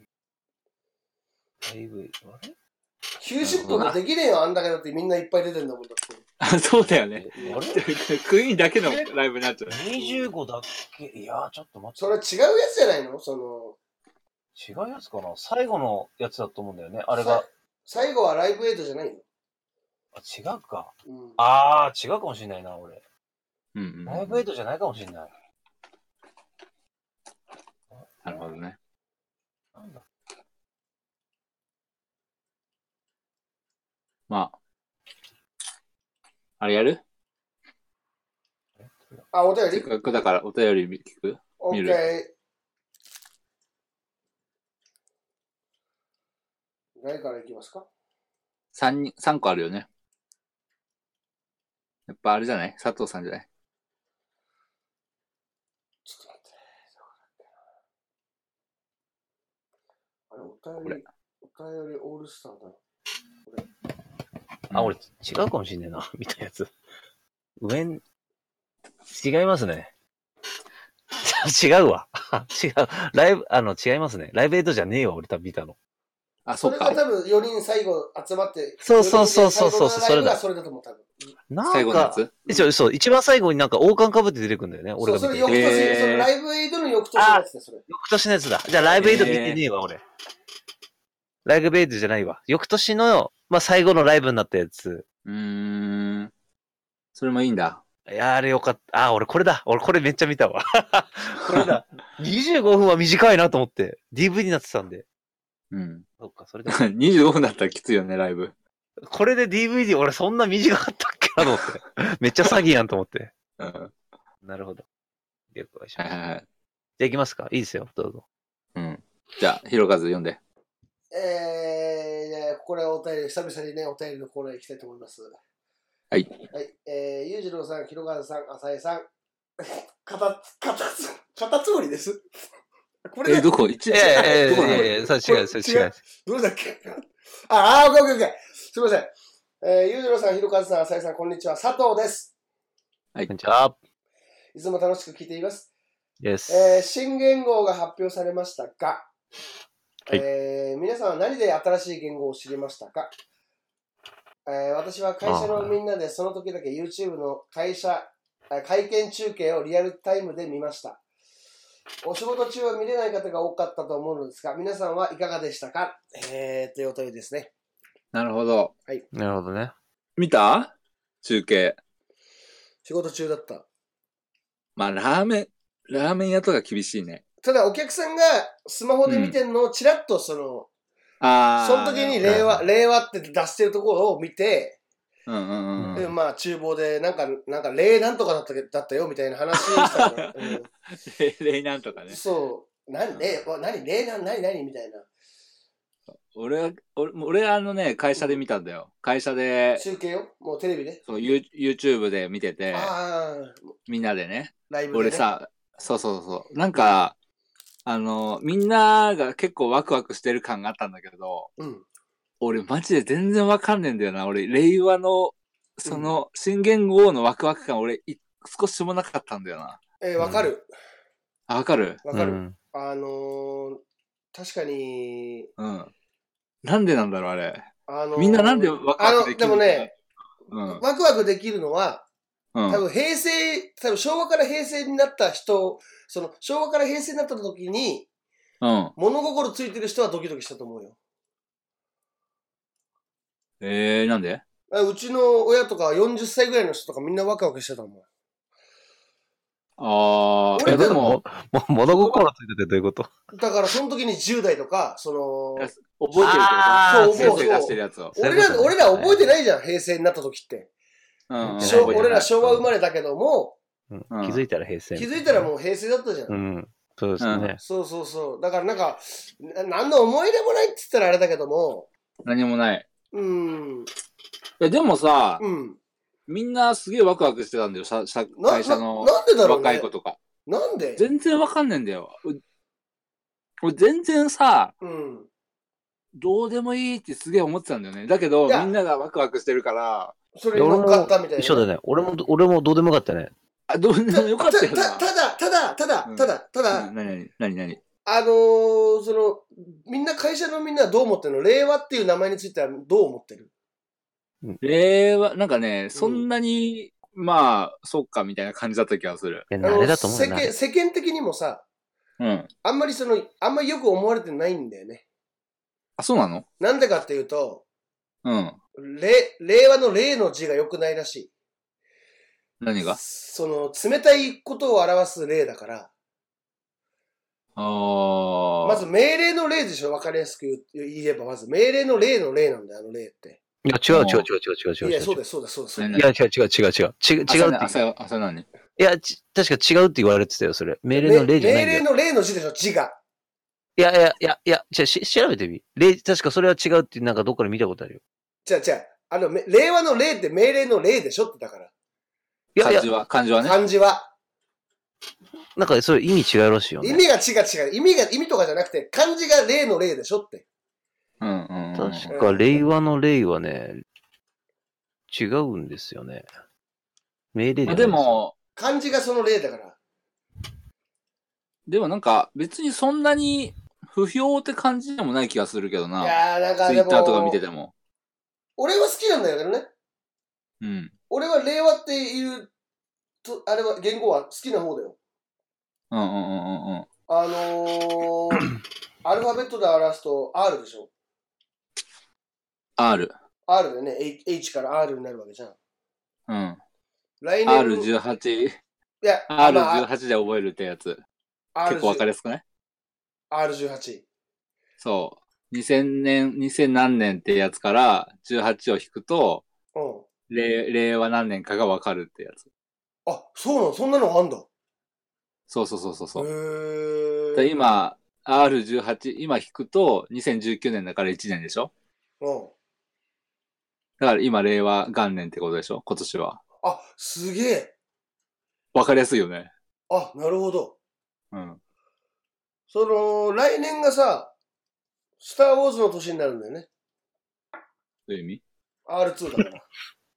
ライブエイド、あれ 90分もできねえよ、あんだけだってみんないっぱい出てんだもんだって。そうだよね。あれクイーンだけのライブになっちゃう。 25だっけ？いや、ちょっと待って。 それ違うやつじゃないの？ 違うやつかな？最後のやつだと思うんだよね、あれが。 最後はライブエイドじゃないの？ 違うか。 うん、 違うかもしれないな、俺。ライブエイドじゃないかもしれない。 なるほどね。 なんだ。 まあ。あれやる？ お便り？ せっかくだからお便り聞く？見る？ 誰からいきますか ？3個あるよね。やっぱあれじゃない？佐藤さんじゃない？ ちょっと待って。お便りオールスターだ。 俺、違うかもしんねえな、みたいなやつ。違いますね。違うわ。違う。ライブ、違いますね。ライブエイドじゃねえわ、俺多分見たの。 それが多分4人最後集まって。 そう、 それだ。それだと思う、多分。 最後のやつ？ そう、一番最後になんか王冠かぶって出てくるんだよね、俺が見て。 それ翌年、そのライブエイドの翌年のやつだ、それ。 翌年のやつだ。じゃあライブエイド見てねえわ、俺。ライブエイドじゃないわ。翌年の、最後のライブになったやつ。 それもいいんだ。 いや、あれよかった。俺これだ。俺これめっちゃ見たわ。これだ。25分は短いなと思って。DVD になってたんで。そっか、それで。 25分だったらきついよね、ライブ。 これで DVD、俺そんな短かったっけなと思って。めっちゃ詐欺やんと思って。なるほど。了解しました。じゃあ行きますか？いいですよ、どうぞ。 じゃあ、ひろかず読んで。 これはお便り、久々にね、お便りのコーナー行きたいと思います。 はい。 はい。裕次郎さん、ひろかずさん、浅井さん。カタツムリです。 これどこ？それ違う。 どれだっけ？オッケー。すいません。裕次郎さん、ひろかずさん、浅井さん、こんにちは。佐藤です。 はい、こんにちは。 いつも楽しく聞いています。 Yes。 新元号が発表されましたが、皆さんは何で新しい言語を知りましたか？私は会社のみんなでその時だけ YouTube の会見中継をリアルタイムで見ました。お仕事中は見れない方が多かったと思うのですが、皆さんはいかがでしたか？というお便りですね。 なるほど。 はい。 なるほどね。 見た？中継。 仕事中だった。 ラーメン屋とか厳しいね。 ただお客さんがスマホで見てるのをチラッとその時に令和って出してるところを見て、厨房でなんか令なんとかだったよみたいな話したの。 令なんとかね。 そう。何みたいな。 俺会社で見たんだよ。会社で。 中継よ？もうテレビで？ そう、YouTube で見てて。みんなでね。 ライブでね。 俺さ、そう。なんか、みんなが結構ワクワクしてる感があったんだけど、俺マジで全然わかんねえんだよな。俺、令和の、新元号のワクワク感、俺、少しもなかったんだよな。 わかる。 わかる？ わかる。 確かに。 うん。なんでなんだろう、あれ。みんななんでワクワクできるの？ でもね、ワクワクできるのは、多分昭和から平成になった人、昭和から平成になった時に、物心ついてる人はドキドキしたと思うよ。 なんで？ うちの親とか40歳ぐらいの人とかみんなワクワクしてたもん。 俺でも、物心ついててどういうこと？ だからその時に10代とか、覚えてるってこと？そう、出してるやつを。 俺ら覚えてないじゃん、平成になった時って。俺ら昭和生まれだけども、 気づいたら平成。 気づいたらもう平成だったじゃん。 そうですね。 そう。だからなんか、何の思い出もないって言ったらあれだけども。 何もない。でもさ、みんなすげえワクワクしてたんだよ、会社の若い子とか。 なんで？ 全然わかんねえんだよ。俺全然さ、どうでもいいってすげえ思ってたんだよね。だけど、みんながワクワクしてるから、 それに乗っかったみたいな。 一緒だね。俺もどうでもよかったね。 どうでもよかったよな。 ただ、 何みんな会社のみんなはどう思ってるの？令和っていう名前についてはどう思ってる？ 令和、なんかね、そんなに、まあ、そっかみたいな感じだった気がする。 世間的にもさ、あんまりよく思われてないんだよね。 あ、そうなの？ なんでかっていうと、令和の令の字が良くないらしい。 何が？ 冷たいことを表す令だから。まず命令の令でしょ、わかりやすく言えば、まず命令の令の令なんだよ、令って。 いや、違う。いや、そうです。 いや、違う。違うって。 それ何？ いや、確か違うって言われてたよ、それ。命令の令じゃないんだよ。 命令の令の字でしょ、字が。 いや、調べてみ。確かそれは違うってなんかどっかで見たことあるよ。 令和の令って命令の令でしょってだから。 漢字はね。 漢字は。 なんかそれ意味違うらしいよね。 意味が違う。意味とかじゃなくて、漢字が令の令でしょって。 確か令和の令はね、違うんですよね。命令じゃないですよ。 でも、 漢字がその令だから。 でもなんか別にそんなに不評って感じでもない気がするけどな。 いやーなんかツイッターとか見てても。 俺は好きなんだけどね。俺は令和っていうあれは言語は好きな方だよ。アルファベットで表すと R でしょ。 R でね、H から R になるわけじゃん。 来年 R18。いや、R18 で覚えるってやつ。結構わかりやすくない？ R18。 そう。2000何年ってやつから18を引くと、令和何年かがわかるってやつ。 あ、そうなの？そんなのあんだ。 そう。今、R18、今引くと2019年だから1年でしょ？だから今、令和元年ってことでしょ？今年は。 あ、すげえ。 わかりやすいよね。 あ、なるほど。来年がさ、スターウォーズの年になるんだよね。 どういう意味？ R2 だから。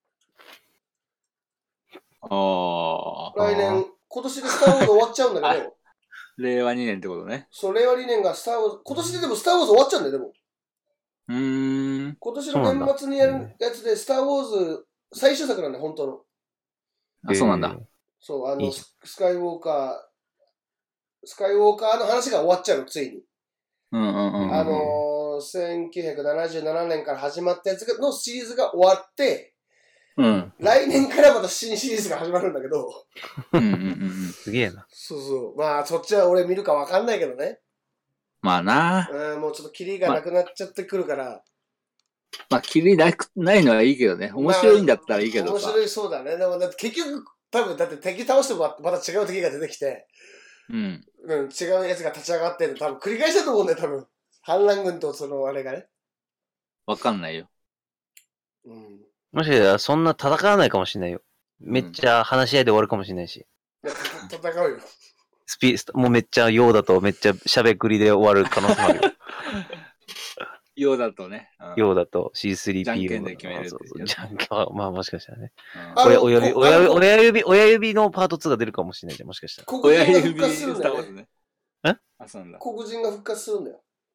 来年、今年でスターウォーズ終わっちゃうんだけど。 令和2年ってことね。 そう、令和2年がスターウォーズ、今年ででもスターウォーズ終わっちゃうんだよ、でも。今年の年末にやるやつで、スターウォーズ最終作なんだよ、本当の。 あ、そうなんだ。 そう、スカイウォーカーの話が終わっちゃうの、ついに。1977年から始まったやつのシリーズが終わって、来年からまた新シリーズが始まるんだけど。 すげえな。 そう。まあ、そっちは俺見るかわかんないけどね。 まあな。 もうちょっとキリがなくなっちゃってくるから。 まあ、キリないのはいいけどね。面白いんだったらいいけどさ。 面白いそうだね。でもだって結局、多分だって敵倒してもまた違う敵が出てきて、違うやつが立ち上がってるの多分繰り返したと思うんだよ、多分。反乱軍とあれがね。 わかんないよ。 もしかしたらそんな戦わないかもしれないよ。めっちゃ話し合いで終わるかもしれないし。 戦うよ。 もうめっちゃヨーダとめっちゃしゃべくりで終わる可能性もあるよ。 ヨーダとね。 ヨーダと C3PO。 じゃんけんで決めるっていう。 じゃんけんは、まあもしかしたらね。親指のパート2が出るかもしれないじゃん、もしかしたら。 親指スターウォーズね。 そうなんだ。 黒人が復活するんだよ。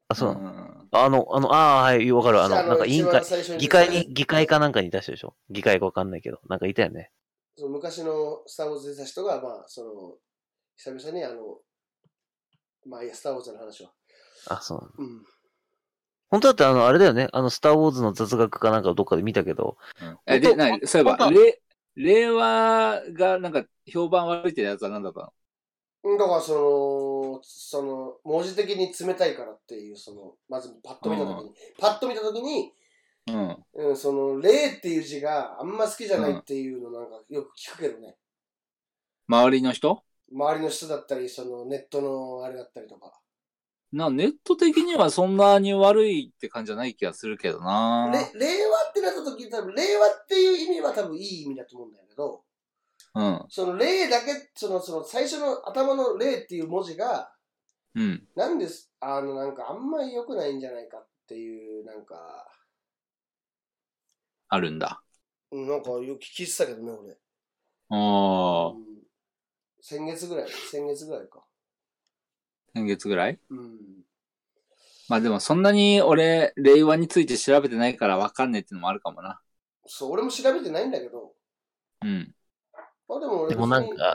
あ、そう。はい、わかる。なんか委員会、議会かなんかにいた人でしょ。議会かわかんないけど、なんかいたよね。 その昔のスターウォーズ出た人が、まあ、久々にまあいいや、スターウォーズの話は。 あ、そう。うん。本当だってあれだよね。スターウォーズの雑学かなんかどっかで見たけど。 そういえば、令和がなんか評判悪いってやつは何だったの？ だから文字的に冷たいからっていう、まずパッと見たときに、霊っていう字があんま好きじゃないっていうのなんかよく聞くけどね。 周りの人だったり、ネットのあれだったりとか。 ネット的にはそんなに悪いって感じじゃない気がするけどな。 令和ってなった時に多分、令和っていう意味は多分いい意味だと思うんだけど、霊だけ、最初の頭の霊っていう文字が、なんで、なんかあんまり良くないんじゃないかっていう、なんか、 あるんだ。 なんかよく聞いてたけどね、俺。先月ぐらいか。 先月ぐらい？まあでもそんなに俺、令和について調べてないから分かんねえっていうのもあるかもな。 そう、俺も調べてないんだけど。まあでも俺もなんか、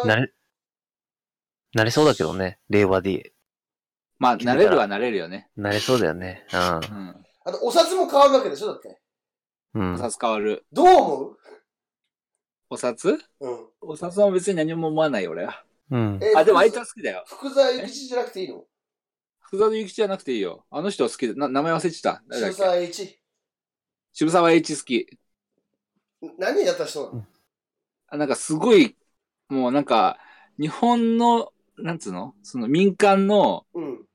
なれそうだけどね、令和で。 まあ、なれるはなれるよね。 なれそうだよね。あと、お札も変わるわけでしょ、だって。 お札変わる。 どう思う？ お札？お札は別に何も思わないよ、俺は。でもあいつは好きだよ。 福沢諭吉じゃなくていいの？ 福沢諭吉じゃなくていいよ。あの人は好きで、名前忘れてた。 渋沢栄一。 渋沢栄一好き。 何やった人なの？ なんかすごい、もうなんか、日本の、なんつうの？その民間の、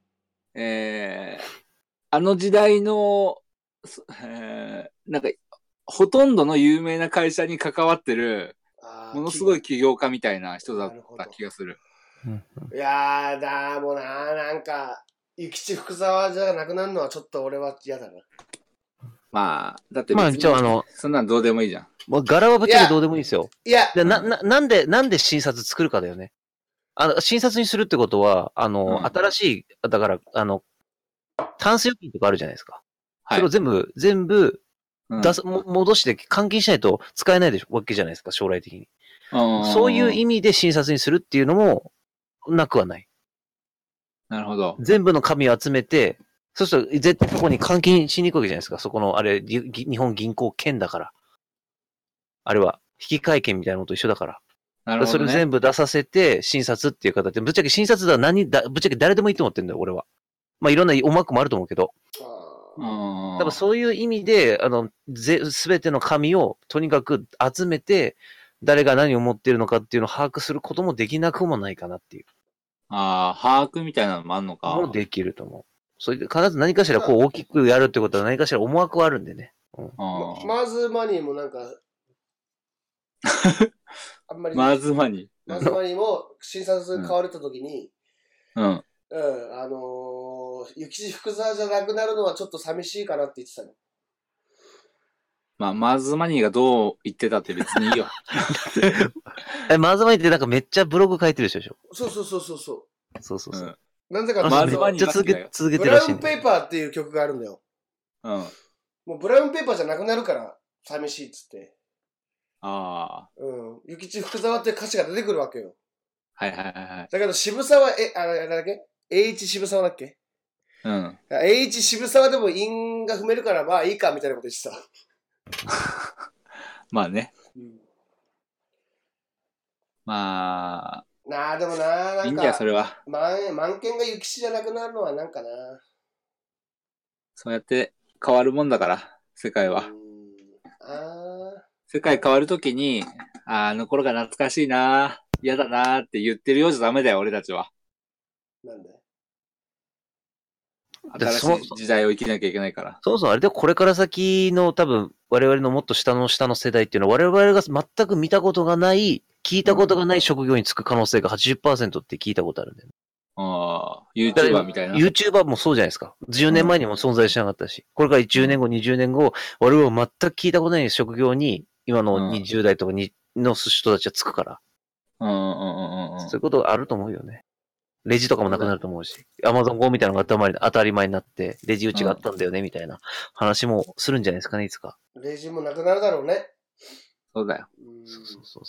あの時代の、なんか、ほとんどの有名な会社に関わってる、ものすごい起業家みたいな人だった気がする。 いやー、もうなんか、諭吉福沢じゃなくなるのはちょっと俺は嫌だな。 まあ、だって別に、そんなんどうでもいいじゃん。 もう柄はぶっちゃけどうでもいいですよ。いや、なんで新札作るかだよね。新札にするってことは、新しい、だから、タンス預金とかあるじゃないですか。それを全部、戻して換金しないと使えないわけじゃないですか、将来的に。そういう意味で新札にするっていうのも、なくはない。 なるほど。 全部の紙を集めて、そうすると絶対そこに換金しに行くわけじゃないですか。そこの、日本銀行券だから。あれは、引換券みたいなのと一緒だから。なるほどね。それを全部出させて、新札っていう形で、ぶっちゃけ新札だ、ぶっちゃけ誰でもいいと思ってんだよ、俺は。まあ、いろんな思惑もあると思うけど。多分そういう意味で、すべての紙をとにかく集めて、誰が何を持っているのかっていうのを把握することもできなくもないかなっていう。 把握みたいなのもあんのか。 もできると思う。それで必ず何かしらこう大きくやるってことは何かしら思惑はあるんでね。 マーズマニーもなんか、あんまり。 マーズマニーも新札買われたときに、諭吉福沢じゃなくなるのはちょっと寂しいかなって言ってたの。 まあ、マーズマニーがどう言ってたって別にいいよ。 マーズマニーってなんかめっちゃブログ書いてる人でしょ。 そう。 そう。 なんでかマーズマニー続けてるらしい。 ブラウンペーパーっていう曲があるんだよ。もうブラウンペーパーじゃなくなるから寂しいっつって。諭吉福沢って歌詞が出てくるわけよ。 はい。 だけど渋沢、あれだっけ？ H 渋沢だっけ？H 渋沢でも韻が踏めるからまあいいかみたいなこと言ってた。 まあね。まあ。 でもなんか。 いいんだよ、それは。 満件が諭吉じゃなくなるのはなんかな。 そうやって変わるもんだから、世界は。世界変わるときに、あの頃が懐かしいな、嫌だなって言ってるようじゃダメだよ、俺たちは。 なんで？ 新しい時代を生きなきゃいけないから。 そう、あれでこれから先の多分、我々のもっと下の世代っていうのは、我々が全く見たことがない、聞いたことがない職業に就く可能性が 80% って聞いたことあるんだよね。 YouTuber みたいな。 YouTuber もそうじゃないですか。10年前にも存在しなかったし、これから10年後、20年後、我々は全く聞いたことない職業に、今の20代とかの人たちは就くから。そういうことがあると思うよね。 レジとかもなくなると思うし、Amazon Go みたいなのが当たり前になって、レジ打ちがあったんだよね、みたいな話もするんじゃないですかね、いつか。 レジもなくなるだろうね。 そうだよ。 そう。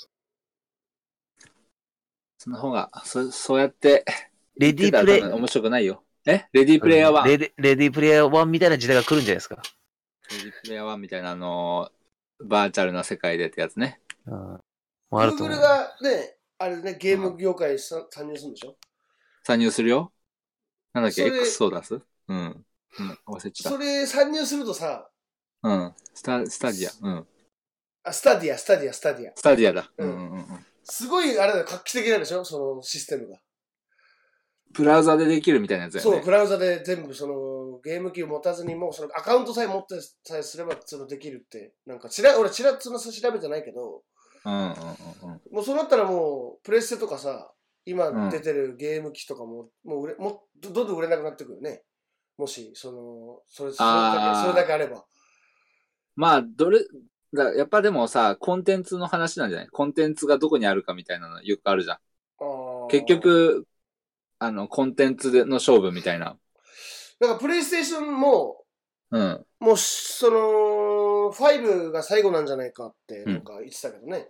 その方が、そうやって、 レディープレイ、 面白くないよ。レディープレイヤー1。 レディープレイヤー1みたいな時代が来るんじゃないですか。 レディープレイヤー1みたいなバーチャルな世界でってやつね。 Google がね、あれね、ゲーム業界参入するんでしょ？ 参入するよ。なんだっけ、X を出す？うん。忘れちゃった。 それ参入するとさ、 スタディア。 スタディア。 スタディアだ。 すごい、あれだよ、画期的なんでしょ？そのシステムが。 ブラウザでできるみたいなやつだよね。 そう、ブラウザで全部ゲーム機を持たずにも、そのアカウントさえ持ってさえすれば、できるって。なんか、俺、ちらっと調べてないけど、もうそうなったらもう、プレステとかさ、今出てるゲーム機とかも、もうどんどん売れなくなってくるね。もし、それだけあれば。 まあ、やっぱでもさ、コンテンツの話なんじゃない？コンテンツがどこにあるかみたいなのよくあるじゃん。結局、コンテンツの勝負みたいな。 なんか、プレイステーションも、もう、5が最後なんじゃないかって、なんか言ってたけどね。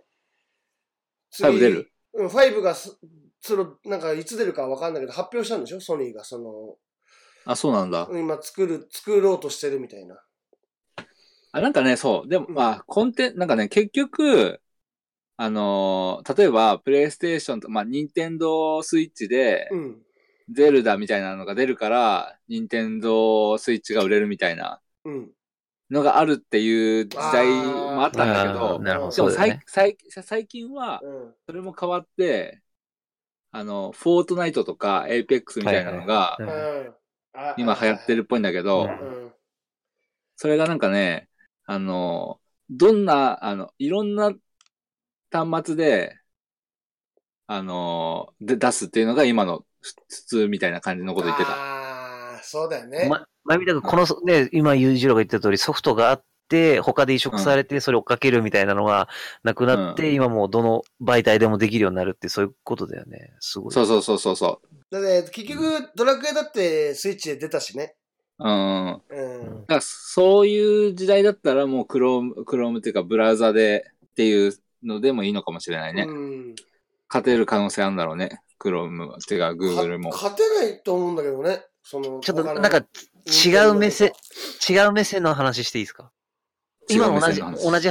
5出る ？5が、なんか、いつ出るかわかんないけど、発表したんでしょ？ソニーが、 あ、そうなんだ。 今、作ろうとしてるみたいな。 なんかね、そう。でも、なんかね、結局、例えば、プレイステーションと、ニンテンドースイッチで、ゼルダみたいなのが出るから、ニンテンドースイッチが売れるみたいなのがあるっていう時代もあったんだけど、でも最近は、それも変わって、フォートナイトとかエイペックスみたいなのが、今流行ってるっぽいんだけど、それがなんかね、いろんな端末で、出すっていうのが今の普通みたいな感じのこと言ってた。 ああ、そうだよね。 前みたくこのね、今裕次郎が言った通りソフトがあって、他で移植されてそれを追っかけるみたいなのがなくなって、今もうどの媒体でもできるようになるってそういうことだよね。すごい。 そう。 だって結局ドラクエだってスイッチで出たしね。 だからそういう時代だったらもうクロームっていうかブラウザでっていうのでもいいのかもしれないね。勝てる可能性あるんだろうね。クロームっていうかグーグルも。 勝てないと思うんだけどね。 ちょっとなんか違う目線の話していいですか？今同じ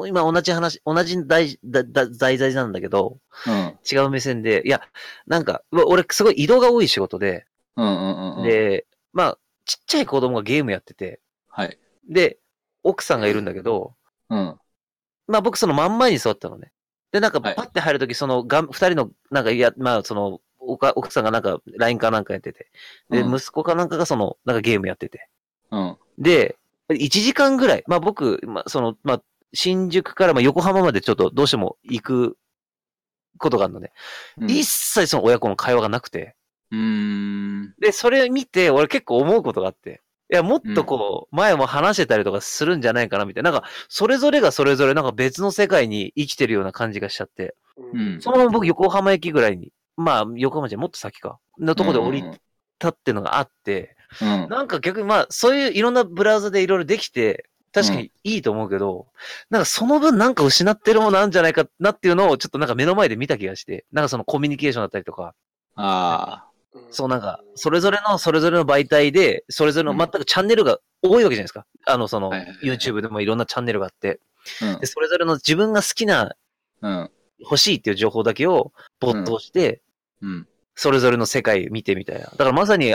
題材なんだけど、違う目線で、いや、なんか、俺すごい移動が多い仕事で、で、ちっちゃい子供がゲームやってて、で、奥さんがいるんだけど、僕その真ん前に座ったのね。で、なんかパッて入るとき、二人の、なんか奥さんがなんか LINE かなんかやってて、で、息子かなんかがなんかゲームやってて。で、1時間ぐらい、僕、新宿から横浜までちょっとどうしても行くことがあるので、一切その親子の会話がなくて。で、それ見て、俺結構思うことがあって、いや、もっと前も話してたりとかするんじゃないかなみたいな。なんか、それぞれがそれぞれなんか別の世界に生きてるような感じがしちゃって。そのまま僕横浜駅ぐらいに、横浜じゃもっと先か、のとこで降りたっていうのがあって、なんか逆にそういういろんなブラウザでいろいろできて、確かにいいと思うけど、なんかその分なんか失ってるものなんじゃないかなっていうのをちょっとなんか目の前で見た気がして、なんかそのコミュニケーションだったりとか。そうなんか、それぞれの媒体で、それぞれの全くチャンネルが多いわけじゃないですか。YouTube でもいろんなチャンネルがあって。で、それぞれの自分が好きな、欲しいっていう情報だけを没頭して、それぞれの世界見てみたいな。だからまさに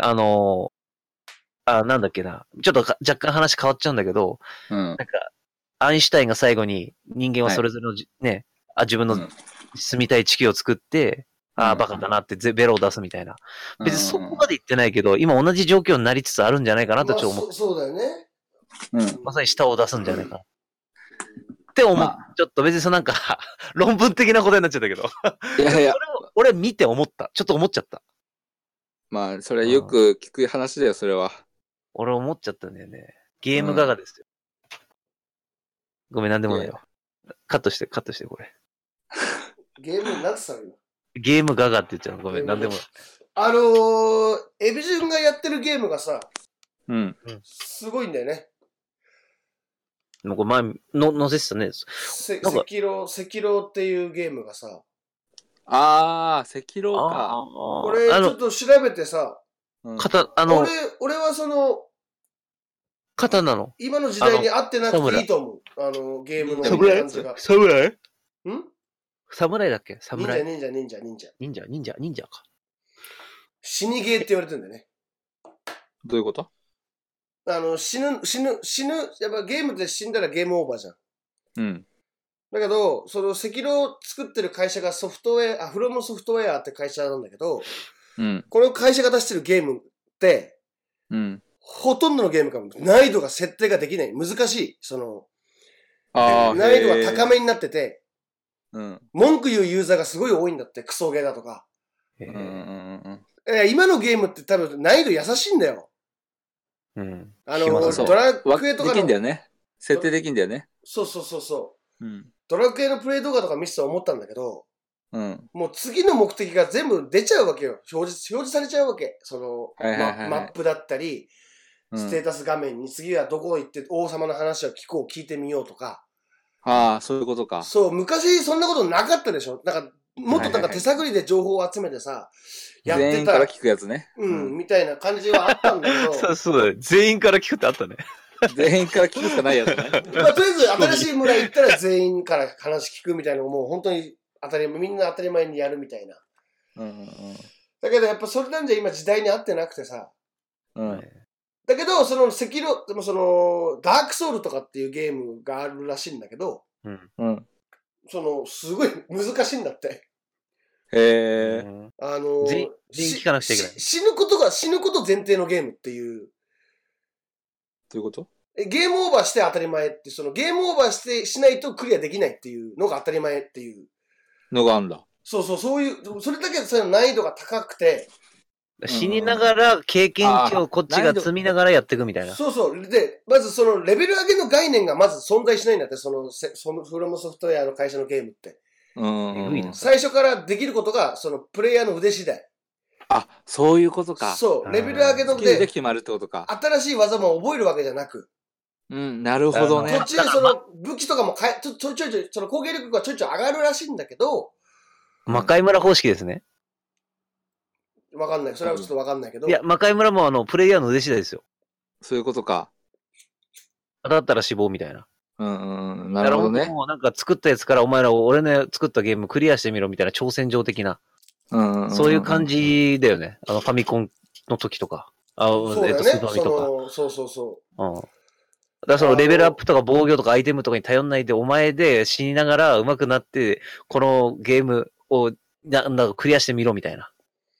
なんだっけな。ちょっと若干話変わっちゃうんだけど、なんか、アインシュタインが最後に人間はそれぞれのね、自分の住みたい地球を作って、バカだなってベロを出すみたいな。別にそこまで言ってないけど、今同じ状況になりつつあるんじゃないかなとちょっと思って。 そうだよね。 まさに舌を出すんじゃないかな。って思う。ちょっと別になんか、論文的なことになっちゃったけど。いやいや。それを俺見て思った。ちょっと思っちゃった。 それはよく聞く話だよ、それは。 俺思っちゃったんだよね。ゲームガガですよ。ごめん、なんでもないよ。カットして、これ。 ゲームなんつったの？ ゲームガガって言っちゃうの。ごめん、なんでもない。 エビジュンがやってるゲームがさ、 うん。 すごいんだよね。 なんか前、載せてたね。 赤狼っていうゲームがさ。 赤狼か。 俺、ちょっと調べてさ。俺は刀の。 今の時代に合ってなくていいと思う。ゲームの感じが。 侍ん侍だっけ侍。 忍者か。 死にゲーって言われてるんだよね。 どういうこと？ 死ぬ。やっぱゲームで死んだらゲームオーバーじゃん。 うん。 だけど、その赤狼を作ってる会社がフロムソフトウェアって会社なんだけど、 うん。 この会社が出してるゲームって、 うん。 ほとんどのゲームが難易度が設定ができない。難しい。難易度が高めになってて、 うん。 文句言うユーザーがすごい多いんだって、クソゲーだとか。今のゲームって多分難易度優しいんだよ。 うん。 ドラクエとかの。 できんだよね。設定できんだよね。 そう。 うん。 ドラクエのプレイ動画とか見せて思ったんだけど、 うん。 もう次の目的が全部出ちゃうわけよ。表示されちゃうわけ。マップだったり、ステータス画面に次はどこ行って王様の話を聞いてみようとか。 ああ、そういうことか。 そう、昔そんなことなかったでしょ。もっと手探りで情報を集めてさ、やってた。 全員から聞くやつね。 みたいな感じはあったんだけど。 そうだね。全員から聞くってあったね。 全員から聞くしかないやつね。 とりあえず新しい村行ったら全員から話聞くみたいなのをもう本当にみんな当たり前にやるみたいな。だけどやっぱそれなんじゃ今時代に合ってなくてさ。だけど、赤狼、でもダークソウルとかっていうゲームがあるらしいんだけど、すごい難しいんだって。 へー。全員聞かなくちゃいけない。 死ぬこと前提のゲームっていう。 どういうこと？ ゲームオーバーして当たり前って、ゲームオーバーしないとクリアできないっていうのが当たり前っていう。 のがあるんだ。 そういう、それだけで難易度が高くて。 死にながら経験値をこっちが積みながらやっていくみたいな。 そう。で、まずレベル上げの概念がまず存在しないんだって、フロムソフトウェアの会社のゲームって。最初からできることが、プレイヤーの腕次第。 あ、そういうことか。 そう、レベル上げのスキルで決まるってことか。 新しい技も覚えるわけじゃなく。 なるほどね。 途中で武器とかもちょいちょい、攻撃力がちょいちょい上がるらしいんだけど。 魔界村方式ですね。 わかんない。それはちょっとわかんないけど。 いや、魔界村もプレイヤーの腕次第ですよ。 そういうことか。 当たったら死亡みたいな。 なるほどね。 もうなんか作ったやつからお前ら俺の作ったゲームクリアしてみろみたいな挑戦状的な。そういう感じだよね。ファミコンの時とか。 そうだよね。 スーパーファミとか。そう。 だからレベルアップとか防御とかアイテムとかに頼んないで、お前で死にながら上手くなって、このゲームをなんかクリアしてみろみたいな。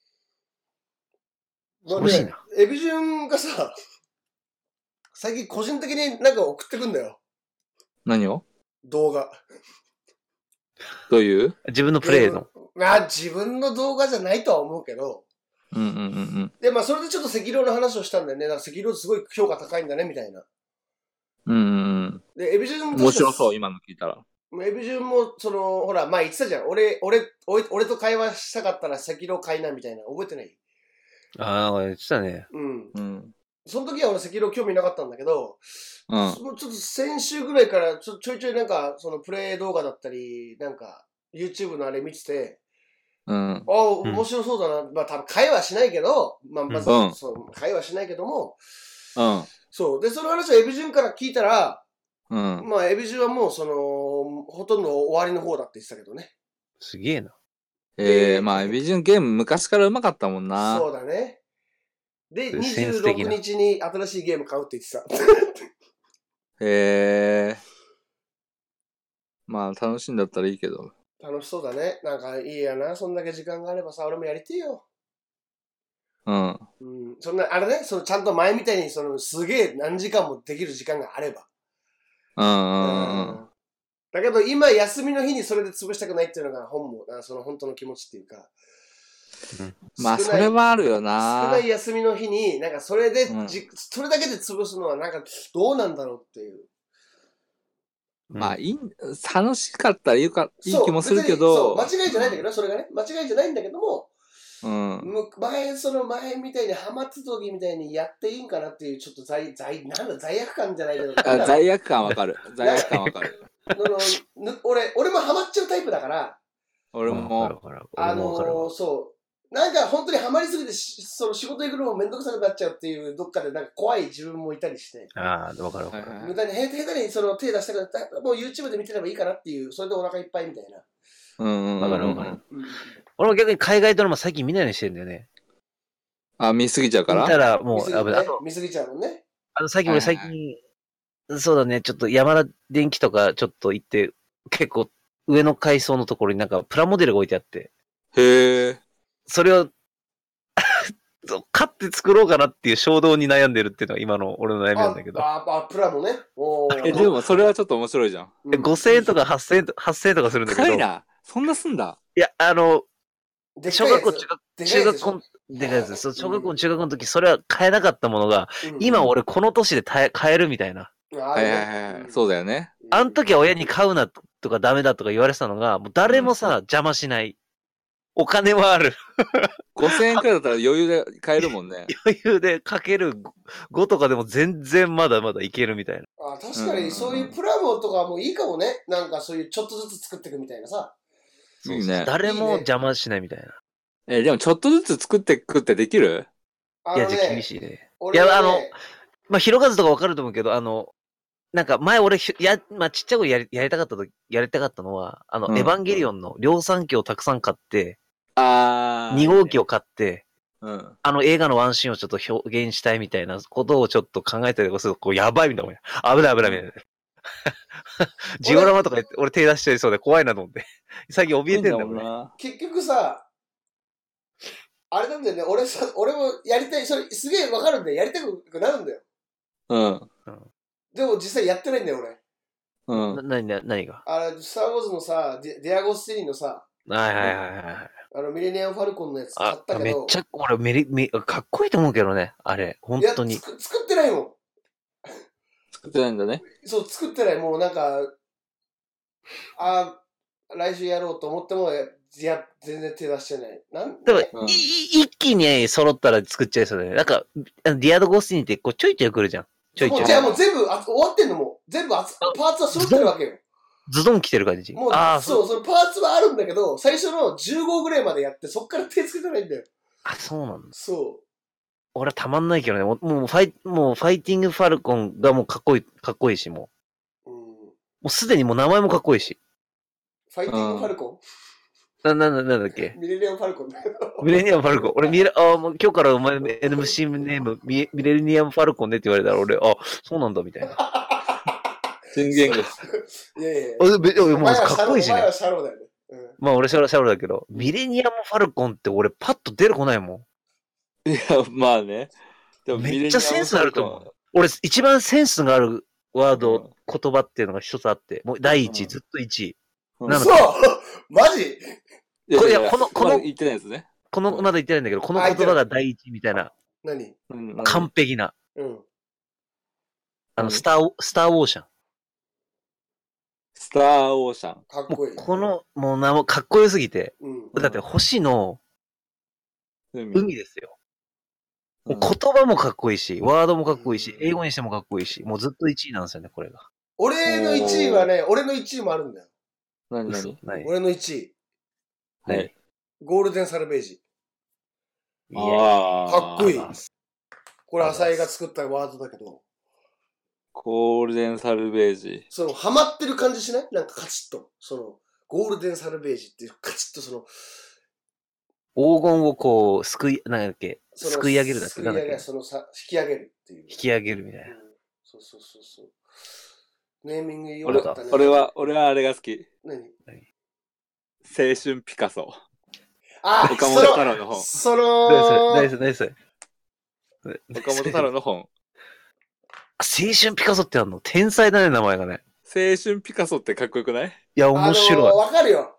欲しいな。エビジュンがさ、最近個人的になんか送ってくんだよ。 何を？ 動画。 どういう？ 自分のプレイの。 自分の動画じゃないとは思うけど。で、それでちょっと赤狼の話をしたんだよね。だから赤狼すごい評価高いんだね、みたいな。で、エビジュン面白そう、今の聞いたら。 エビジュンも、ほら、前言ってたじゃん。俺と会話したかったら赤狼買いな、みたいな。覚えてない？ 言ってたね。 その時は俺赤狼興味なかったんだけど、ちょっと先週ぐらいからちょいちょいなんか、プレイ動画だったり、なんか、YouTube のあれ見てて、面白そうだな。多分会話しないけど、まず、会話しないけども、そう。で、その話をエビジュンから聞いたら、エビジュンはもうほとんど終わりの方だって言ってたけどね。 すげえな。 エビジュンゲーム昔からうまかったもんな。 そうだね。で、26日に新しいゲーム買うって言ってた。 楽しいんだったらいいけど。 楽しそうだね。なんかいいやな。そんだけ時間があればさ、俺もやりてえよ。そんな、あれね、ちゃんと前みたいに、すげえ何時間もできる時間があれば。だけど今休みの日にそれで潰したくないっていうのが本当の気持ちっていうか。 それはあるよな。 少ない休みの日に、なんかそれで、それだけで潰すのはなんかどうなんだろうっていう。 楽しかったらいい気もするけど。 間違いじゃないんだけど、それがね、間違いじゃないんだけども、 その前みたいにハマってた時みたいにやっていいんかなっていう、ちょっと罪悪感じゃないけど。 罪悪感わかる。罪悪感わかる。 俺もハマっちゃうタイプだから、 俺も。 そう。なんか本当にハマりすぎて、その仕事行くのもめんどくさくなっちゃうっていう、どっかでなんか怖い自分もいたりして。 ああ、わかる。 無駄に、下手にその手出したから、もう YouTube で見てればいいかなっていう、それでお腹いっぱいみたいな。 わかる。俺も逆に海外ドラマ最近見ないようにしてるんだよね。 見すぎちゃうから見たらもう、 見すぎちゃうもんね。 最近、そうだね、ちょっと山田電機とかちょっと行って、結構上の階層のところになんかプラモデルが置いてあって。 へえ。 それを、買って作ろうかなっていう衝動に悩んでるっていうのが今の俺の悩みなんだけど。 プラモね。 でもそれはちょっと面白いじゃん。 5000円とか8000円とかするんだけど。 高いな。そんなすんだ。 いや、小学校、中学校、でかいやつ。小学校、中学校の時、それは買えなかったものが、今俺この年で買えるみたいな。 はい。そうだよね。 あの時は親に買うなとかダメだとか言われてたのが、もう誰もさ、邪魔しない。お金はある。 5000円くらいだったら余裕で買えるもんね。 余裕でかける5とかでも全然まだまだいけるみたいな。 確かにそういうプラモとかもいいかもね。なんかそういうちょっとずつ作っていくみたいなさ。 いいね。 誰も邪魔しないみたいな。 でもちょっとずつ作っていくってできる？ いや、厳しいね。いや、ひろかずとかわかると思うけど、なんか前俺、ちっちゃい頃やりたかったのは、エヴァンゲリオンの量産機をたくさん買って、2号機を買って、映画のワンシーンをちょっと表現したいみたいなことをちょっと考えたりすると、こうやばいみたいな。危ないみたいな。ジオラマとか言って、俺手出しちゃいそうで怖いなと思って。最近怯えてんだもんな。 結局さ、あれなんだよね、俺もやりたい、それすげえわかるんだよ。やりたくなるんだよ。でも実際やってないんだよ、俺。 何がスター・ウォーズのさ、ディアゴスティーニのさ、ミレニアム・ファルコンのやつ買ったけど。 めっちゃ、俺、かっこいいと思うけどね、あれ、本当に。 作ってないもん。 作ってないんだね。 そう、作ってない。もうなんか、来週やろうと思っても、全然手出してない。 でも、一気に揃ったら作っちゃいそうだね。なんか、ディアドゴスティーニってこうちょいちょい来るじゃん。ちょいちょい。 じゃあもう全部終わってんのも全部パーツは揃ってるわけよ。 ズドン来てる感じ。 もう、そう、そのパーツはあるんだけど、最初の15ぐらいまでやって、そっから手つけてないんだよ。 そうなんだ。 そう。 俺はたまんないけどね。もうファイティングファルコンがもうかっこいいし、もうすでにもう名前もかっこいいし。 ファイティングファルコンなんだっけミレニアムファルコンだよ。 ミレニアムファルコン。俺もう今日からお前 NMC ネームミレニアムファルコンねって言われたら俺、そうなんだみたいな。 新言語。いやもうかっこいいしね。 お前はシャロだよね。 まあ俺シャロだけど、ミレニアムファルコンって俺パッと出てこないもん。いや、まあね。 でもめっちゃセンスあると思う。俺一番センスがあるワード、言葉っていうのが一つあって、もう第一位、ずっと1位。 そうマジいや、この言ってないですね。 まだ言ってないんだけど、この言葉が第一みたいな。 何完璧な。スター・オーシャン。 スター・オーシャン。 かっこいい。 もう名もかっこよすぎて。だって星の海ですよ。言葉もかっこいいし、ワードもかっこいいし、英語にしてもかっこいいし、もうずっと1位なんですよね、これが。 俺の1位はね、俺の1位もあるんだよ。 何俺の1位。 はい。 ゴールデンサルベージ。 いやかっこいい。これ浅井が作ったワードだけど。 ゴールデンサルベージ。 ハマってる感じしない？なんかカチッと。ゴールデンサルベージっていうカチッと黄金をこう、すくい上げるだっけ？ 引き上げるっていう。 引き上げるみたいな。 そう。ネーミング良かったね。俺はあれが好き。 何？ 青春ピカソ。 岡本太郎の本。 何それ岡本太郎の本。 青春ピカソってあるの？天才だね、名前がね。 青春ピカソってかっこよくない？ いや、面白い。 わかるよ。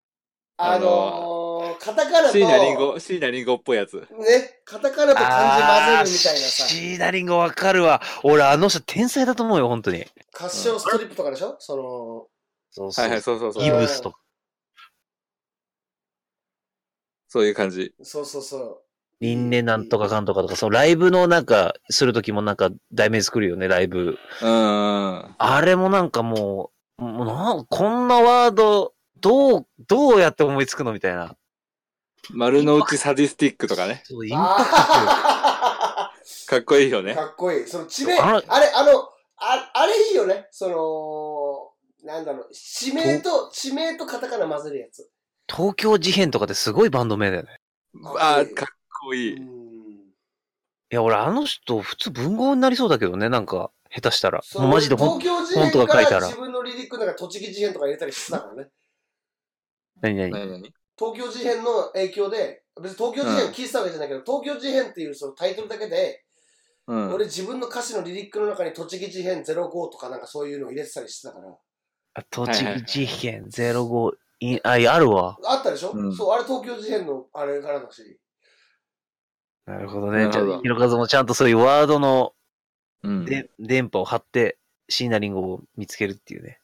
カタカナと。 椎名林檎っぽいやつ。 ね。カタカナと漢字混ぜるみたいなさ。 椎名林檎わかるわ。俺、あの人天才だと思うよ、本当に。 合唱ストリップとかでしょ？ そう。 ギブスとか。 そういう感じ。 そうそうそう。 みんななんとかかんとかとか、そのライブのなんか、するときもなんか題名作るよね、ライブ。あれもなんかもうこんなワード、どうやって思いつくのみたいな。 丸の内サディスティックとかね。 そう、 インパクトかっこいいよね。 かっこいい。その地名、あれいいよね。なんだろう、地名とカタカナ混ぜるやつ。 東京事変とかってすごいバンド名だよね。 かっこいい。いや、俺あの人普通文豪になりそうだけどね、なんか、下手したら。もうマジで東京事変から自分のリリックなんか栃木事変とか入れたりしてたからね。 何東京事変の影響で、別に東京事変聞いてたわけじゃないけど、東京事変っていうそのタイトルだけで、俺自分の歌詞のリリックの中に栃木事変05とかなんかそういうのを入れてたりしてたから。 栃木事変05、あるわ。 あったでしょ、そう、あれ東京事変のあれからだし。 なるほどね。じゃあ、ひろかずもちゃんとそういうワードの、電波を張って、椎名林檎を見つけるっていうね。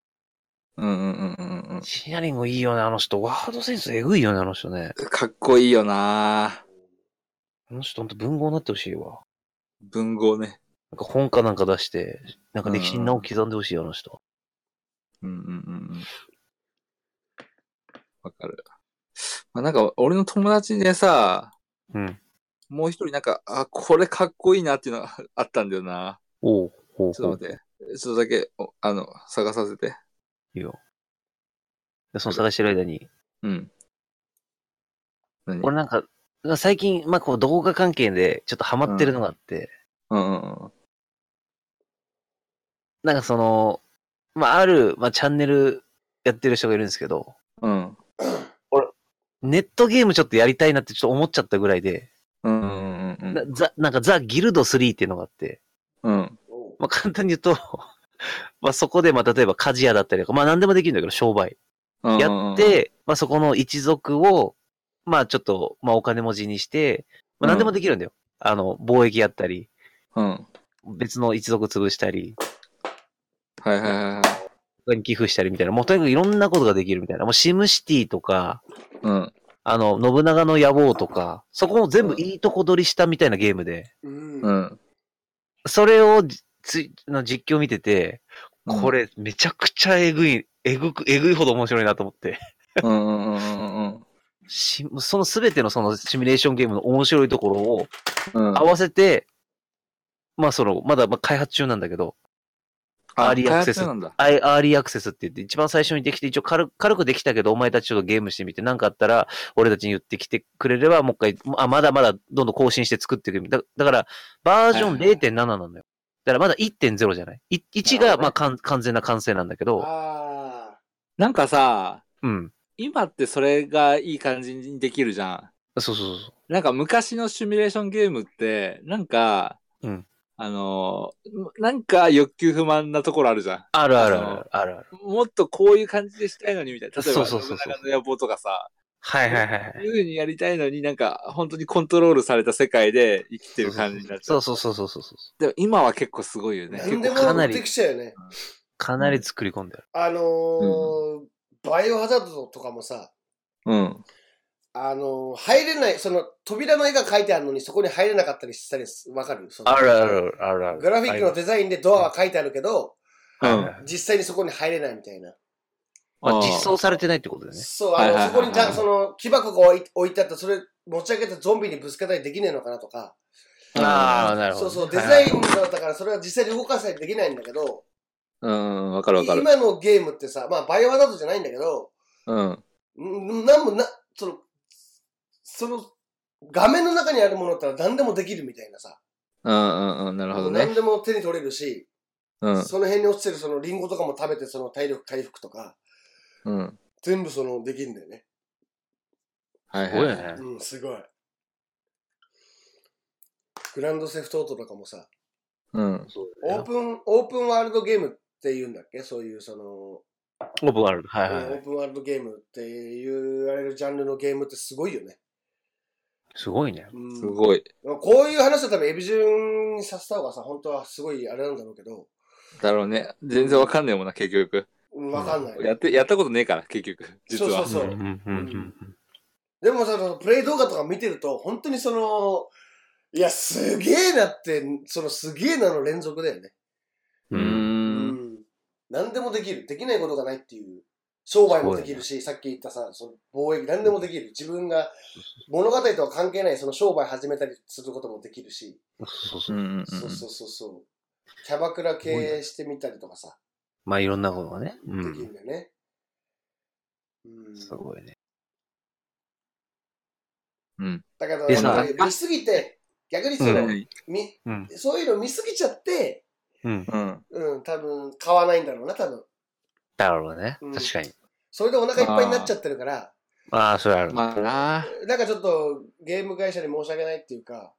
椎名林檎いいよね、あの人。ワードセンスえぐいよね、あの人ね。 かっこいいよなあの人ほんと文豪になってほしいわ。 文豪ね。 なんか本かなんか出して、なんか歴史に名を刻んでほしいよ、あの人。 わかる。まあ、なんか、俺の友達でさ、もう一人なんか、これかっこいいなっていうのがあったんだよな。ちょっと待って。ちょっとだけ、探させて。 いいよ。その探してる間に。俺なんか、最近、まあ、こう動画関係でちょっとハマってるのがあって。なんかその、まあ、ある、まあ、チャンネルやってる人がいるんですけど。俺、ネットゲームちょっとやりたいなってちょっと思っちゃったぐらいで。なんかザ・ギルド3っていうのがあって。まあ、簡単に言うと、まあ、そこで、まあ、例えば鍛冶屋だったりとか、まあ、何でもできるんだけど、商売。やって、まあ、そこの一族を、まあ、ちょっと、まあ、お金持ちにして、まあ、何でもできるんだよ。貿易やったり、別の一族潰したり、寄付したりみたいな、もうとにかくいろんなことができるみたいな。もうシムシティとか、信長の野望とか、そこも全部いいとこ取りしたみたいなゲームで、それを実況見てて、これめちゃくちゃえぐいほど面白いなと思って。そのすべてのそのシミュレーションゲームの面白いところを合わせて、まあまだ開発中なんだけど、アーリーアクセス。アーリーアクセスって言って、一番最初にできて、一応軽くできたけど、お前たちちょっとゲームしてみて、なんかあったら、俺たちに言ってきてくれれば、もう一回、まだまだどんどん更新して作っていく。だから、バージョン 0.7 なのよ。だからまだ 1.0 じゃない。1が、まあ、完全な完成なんだけど。 なんかさ、今ってそれがいい感じにできるじゃん。 そう。 なんか昔のシミュレーションゲームって、なんか、なんか欲求不満なところあるじゃん。 ある。 もっとこういう感じでしたいのにみたいな。例えば、信長の野望とかさ。 はい。 そういう風にやりたいのになんか、本当にコントロールされた世界で生きてる感じになっちゃう。 そう。 でも今は結構すごいよね。 何でもできちゃうよね。 かなり作り込んでる。 バイオハザードとかもさ、入れない、その扉の絵が描いてあるのにそこに入れなかったりしたりわかる？ ある。 グラフィックのデザインでドアは描いてあるけど、実際にそこに入れないみたいな。 実装されてないってことだよね。 そう、そこにその木箱が置いてあった、それ持ち上げてゾンビにぶつけたりできねえのかなとか。 なるほど。 そう、デザインだったからそれは実際に動かせたりできないんだけど、 わかる。 今のゲームってさ、まあバイオハザードじゃないんだけど、その画面の中にあるものって何でもできるみたいなさ。 なるほどね。 何でも手に取れるし、その辺に落ちてるそのリンゴとかも食べてその体力回復とか、全部できるんだよね。 すごいね。 すごい。グランドセフトオートとかもさ、オープンワールドゲームって言うんだっけ？そういうオープンワールド。 オープンワールドゲームって言われるジャンルのゲームってすごいよね。 すごいね。 すごい。 こういう話は多分エビジュンにさせた方がさ、本当はすごいあれなんだろうけど。 だろうね。全然わかんないもんな、結局。 わかんない。 やったことねえから、結局。実は。 そう。 でもプレイ動画とか見てると、本当にいや、すげえなって、すげえなの連続だよね。何でもできる。できないことがないっていう。商売もできるし、さっき言ったさ、貿易、何でもできる。自分が、物語とは関係ない商売始めたりすることもできるし。そう。キャバクラ経営してみたりとかさ。 まあいろんなことがね。 できるんだよね。 すごいね。 だけど、見すぎて、逆にそういうの見すぎちゃって、多分買わないんだろうな、多分。 だろうね。確かに。 それでお腹いっぱいになっちゃってるから。 ああ、それある。 まあな。 なんかちょっとゲーム会社に申し訳ないっていうか。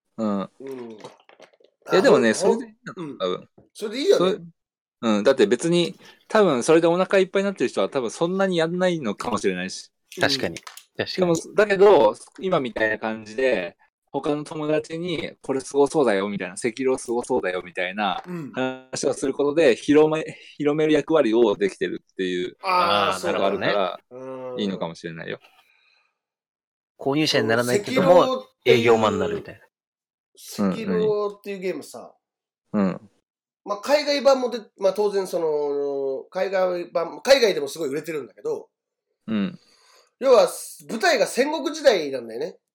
いやでもね、それでいいの、多分。 それでいいよね。 だって別に、多分それでお腹いっぱいになってる人は多分そんなにやんないのかもしれないし。 確かに。 でも、だけど、今みたいな感じで、他の友達に、これすごそうだよ、みたいな、赤狼すごそうだよ、みたいな話をすることで、広める役割をできてるっていうのがあるから、いいのかもしれないよ。 購入者にならないけども、営業マンになるみたいな。赤狼っていうゲームさ、まあ、海外版もまあ、当然海外でもすごい売れてるんだけど、要は、舞台が戦国時代なんだよね。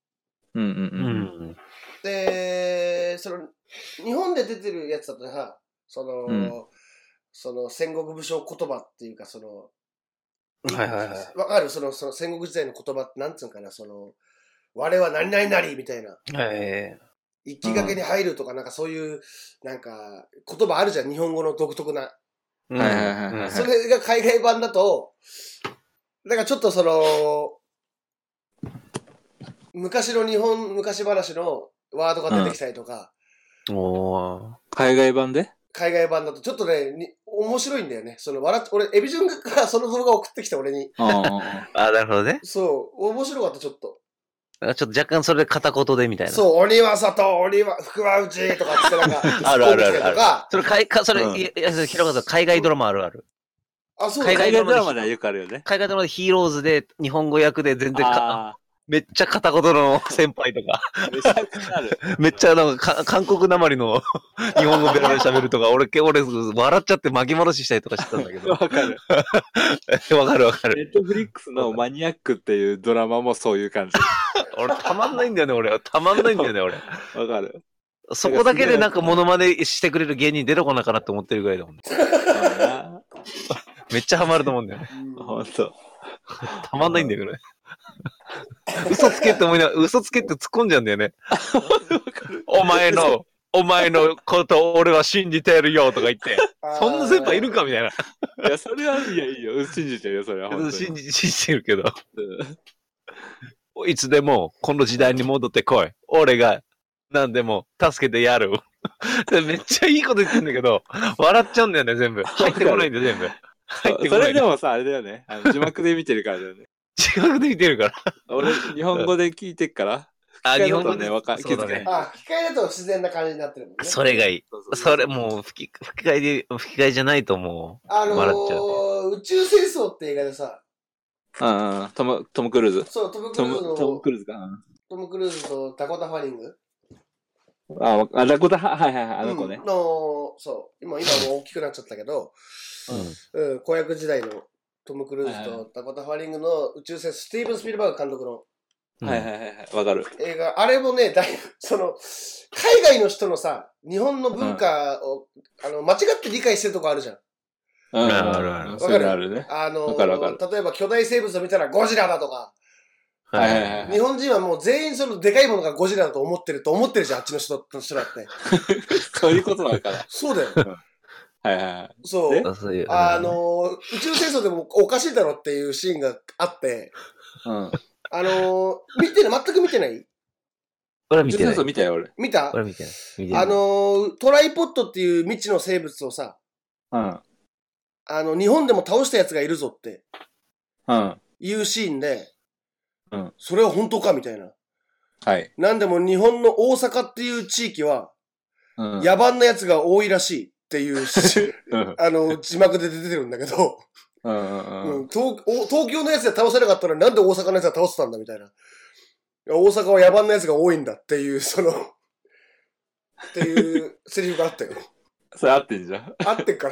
で、日本で出てるやつだとさ、戦国武将言葉っていうか、わかる戦国時代の言葉ってなんつうのかな、我は何々なりみたいな。生きがけに入るとか、なんかそういう、なんか、言葉あるじゃん、日本語の独特な。それが海外版だと、なんかちょっと昔話のワードが出てきたりとか。 海外版で？ 海外版だとちょっとね、面白いんだよね。俺、エビジュンがその動画を送ってきた俺に。 なるほどね。 そう、面白かった、ちょっと。 ちょっと若干それで片言でみたいな。 そう、鬼は外、鬼は福は内とかってなんか。 ある。広川さん、海外ドラマあるある。 そう海外ドラマではよくあるよね。 海外ドラマでヒーローズで日本語訳で全然めっちゃ片言の先輩とか。めっちゃなんか韓国なまりの日本語ベラで喋るとか、俺笑っちゃって巻き戻ししたりとかしてたんだけど。 わかる。 わかる。 ネットフリックスのマニアックっていうドラマもそういう感じ。 俺たまんないんだよね、俺。わかる。 そこだけでなんかモノマネしてくれる芸人出てこなかなって思ってるぐらいだもんね。めっちゃハマると思うんだよね。 ほんと。 たまんないんだよね。嘘つけって思いながら、嘘つけって突っ込んじゃうんだよね。お前のことを俺は信じてるよとか言って、そんな先輩いるかみたいな。 いや、それは、いいよ。信じてるよ、それは。 信じてるけど。いつでもこの時代に戻ってこい。俺が何でも助けてやる。めっちゃいいこと言ってんだけど、笑っちゃうんだよね、全部。入ってこないんだよ、全部。入ってこない。 それでもさ、あれだよね。字幕で見てるからだよね。 字幕で見てるから。 俺、日本語で聞いてっから。 日本語でね、気づけない。 吹き替えだと自然な感じになってるもんね。 それがいい。それもう吹き替えじゃないともう、笑っちゃう。 宇宙戦争って映画でさ、 トム・クルーズ。 そう、トム・クルーズの。 トム・クルーズか。 トム・クルーズとダコタ・ファニング。 ダコタ、はい、あの子ね。 そう。今も大きくなっちゃったけど、子役時代のトム・クルーズとダコタ・ファニングの宇宙船、スティーブン・スピルバーグ監督の。 わかる。 映画、あれもね、だいぶ、海外の人のさ、日本の文化を、間違って理解してるとこあるじゃん。 ある。 それあるね。 例えば巨大生物を見たらゴジラだとか、日本人はもう全員でかいものがゴジラだと思ってるじゃん、あっちの人だって。 そういうことなのかな。 そうだよ。そう。宇宙戦争でもおかしいだろっていうシーンがあって、全く見てない？ 俺見てない。 宇宙戦争見たよ、俺。 見た？ 俺見てない。 トライポットっていう未知の生物をさ、日本でも倒したやつがいるぞって、いうシーンで、それは本当かみたいな。なんでも日本の大阪っていう地域は、野蛮なやつが多いらしいっていう、字幕で出てるんだけど、 東京のやつで倒せなかったのになんで大阪のやつが倒せたんだみたいな。大阪は野蛮なやつが多いんだっていう、っていうセリフがあったよ。 それ合ってんじゃん。 合ってっから。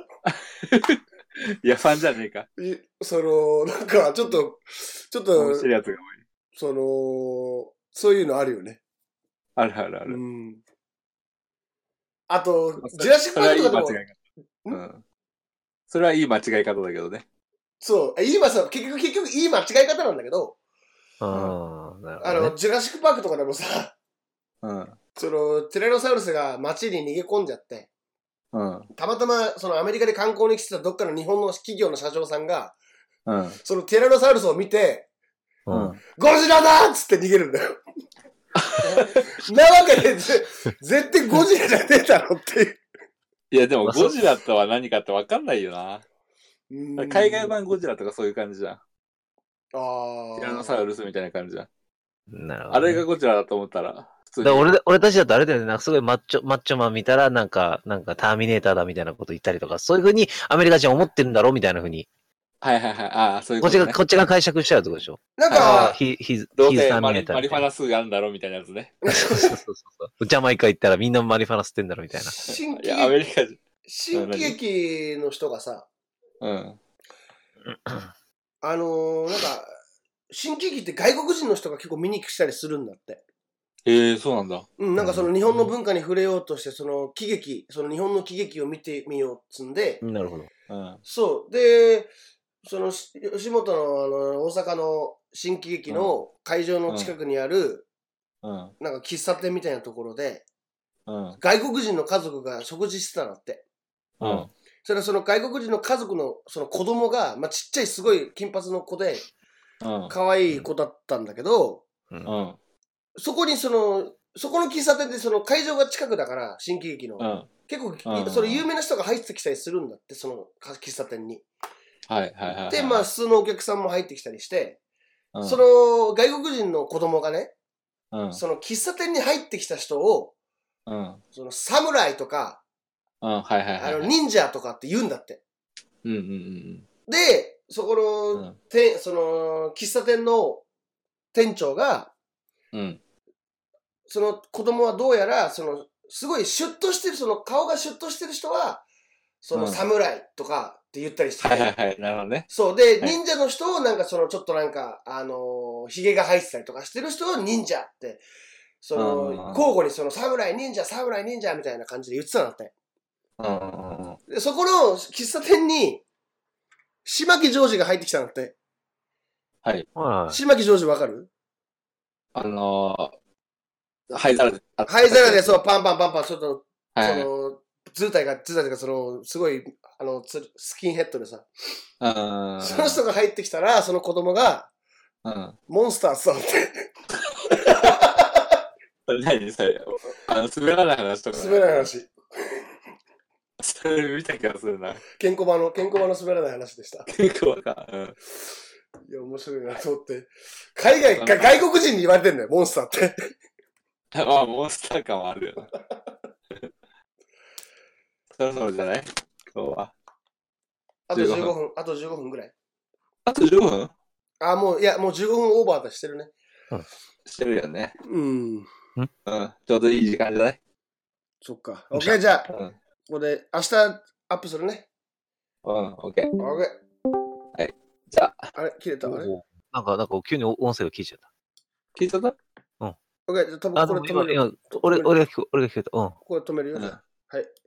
いや、ファンじゃねえか。 なんか、ちょっと、 面白いやつが多い。そういうのあるよね。 ある。うん。 あと、ジュラシックパークとかでも。それはいい間違い方だけどね。 そう。結局いい間違い方なんだけど、 なるほどね。 ジュラシックパークとかでもさ、ティラノサウルスが街に逃げ込んじゃって、たまたま、アメリカで観光に来てたどっかの日本の企業の社長さんが、そのティラノサウルスを見て、ゴジラだーっつって逃げるんだよ。なわけで、絶対ゴジラじゃねえだろっていう。 いや、でもゴジラとは何かって分かんないよな。海外版ゴジラとかそういう感じじゃん。ティラノサウルスみたいな感じじゃん。 なるほど、ね。 あれがゴジラだと思ったら。 俺たちだとあれだよね、なんかすごいマッチョマン見たら、なんかターミネーターだみたいなこと言ったりとか、そういう風にアメリカ人思ってるんだろうみたいな風に。 はい。ああ、そういうこと、ね。 こっちが解釈しちゃうってことでしょ。 なんか、 どうせマリファナ数があるんだろうみたいなやつね。 そう。ジャマイカ行ったらみんなマリファナ吸ってんだろうみたいな。 アメリカ人。 新喜劇の人がさ、なんか、新喜劇って外国人の人が結構見に来たりするんだって。 そうなんだ。 なんか日本の文化に触れようとして、日本の喜劇を見てみようっつんで。 なるほど。 そう。で、吉本の大阪の新喜劇の会場の近くにある、なんか喫茶店みたいなところで、外国人の家族が食事してたんだって。それは外国人の家族の子供が、ちっちゃいすごい金髪の子で、可愛い子だったんだけど、そこの喫茶店で会場が近くだから、新喜劇の。結構、有名な人が入ってきたりするんだって、喫茶店に。で、普通のお客さんも入ってきたりして、外国人の子供がね、喫茶店に入ってきた人を、侍とか、忍者とかって言うんだって。で、喫茶店の店長が、その子供はどうやら、すごいシュッとしてる、顔がシュッとしてる人は、侍とかって言ったりしてて。なるほどね。 そう。で、忍者の人をちょっと髭が生えてたりとかしてる人を忍者って、交互に侍、忍者みたいな感じで言ってたんだって。で、そこの喫茶店に、島木ジョージが入ってきたんだって。島木ジョージわかる？ 灰皿で。 灰皿で、そう、パンパン、ちょっと、図体が、すごい、スキンヘッドでさ。その人が入ってきたら、その子供が、モンスターさんって。 何それ？滑らない話とか。 滑らない話。 それ見た気がするな。 ケンコバの滑らない話でした。 ケンコバか。 いや、面白いなと思って。外国人に言われてんだよ、モンスターって。 モンスター感はあるよな。そろそろじゃない？今日は。 あと15分ぐらい。 あと15分？ もう15分オーバーとしてるね。 してるよね。ちょうどいい時間じゃない？ そっか。OK、じゃあ、ここで明日アップするね。 OK。はい。じゃあ。 あれ切れた？あれなんか急に音声が聞いちゃった。 聞いちゃった？ OK、じゃあ多分これ止める。 俺が聞こえた。 これ止めるよ。はい。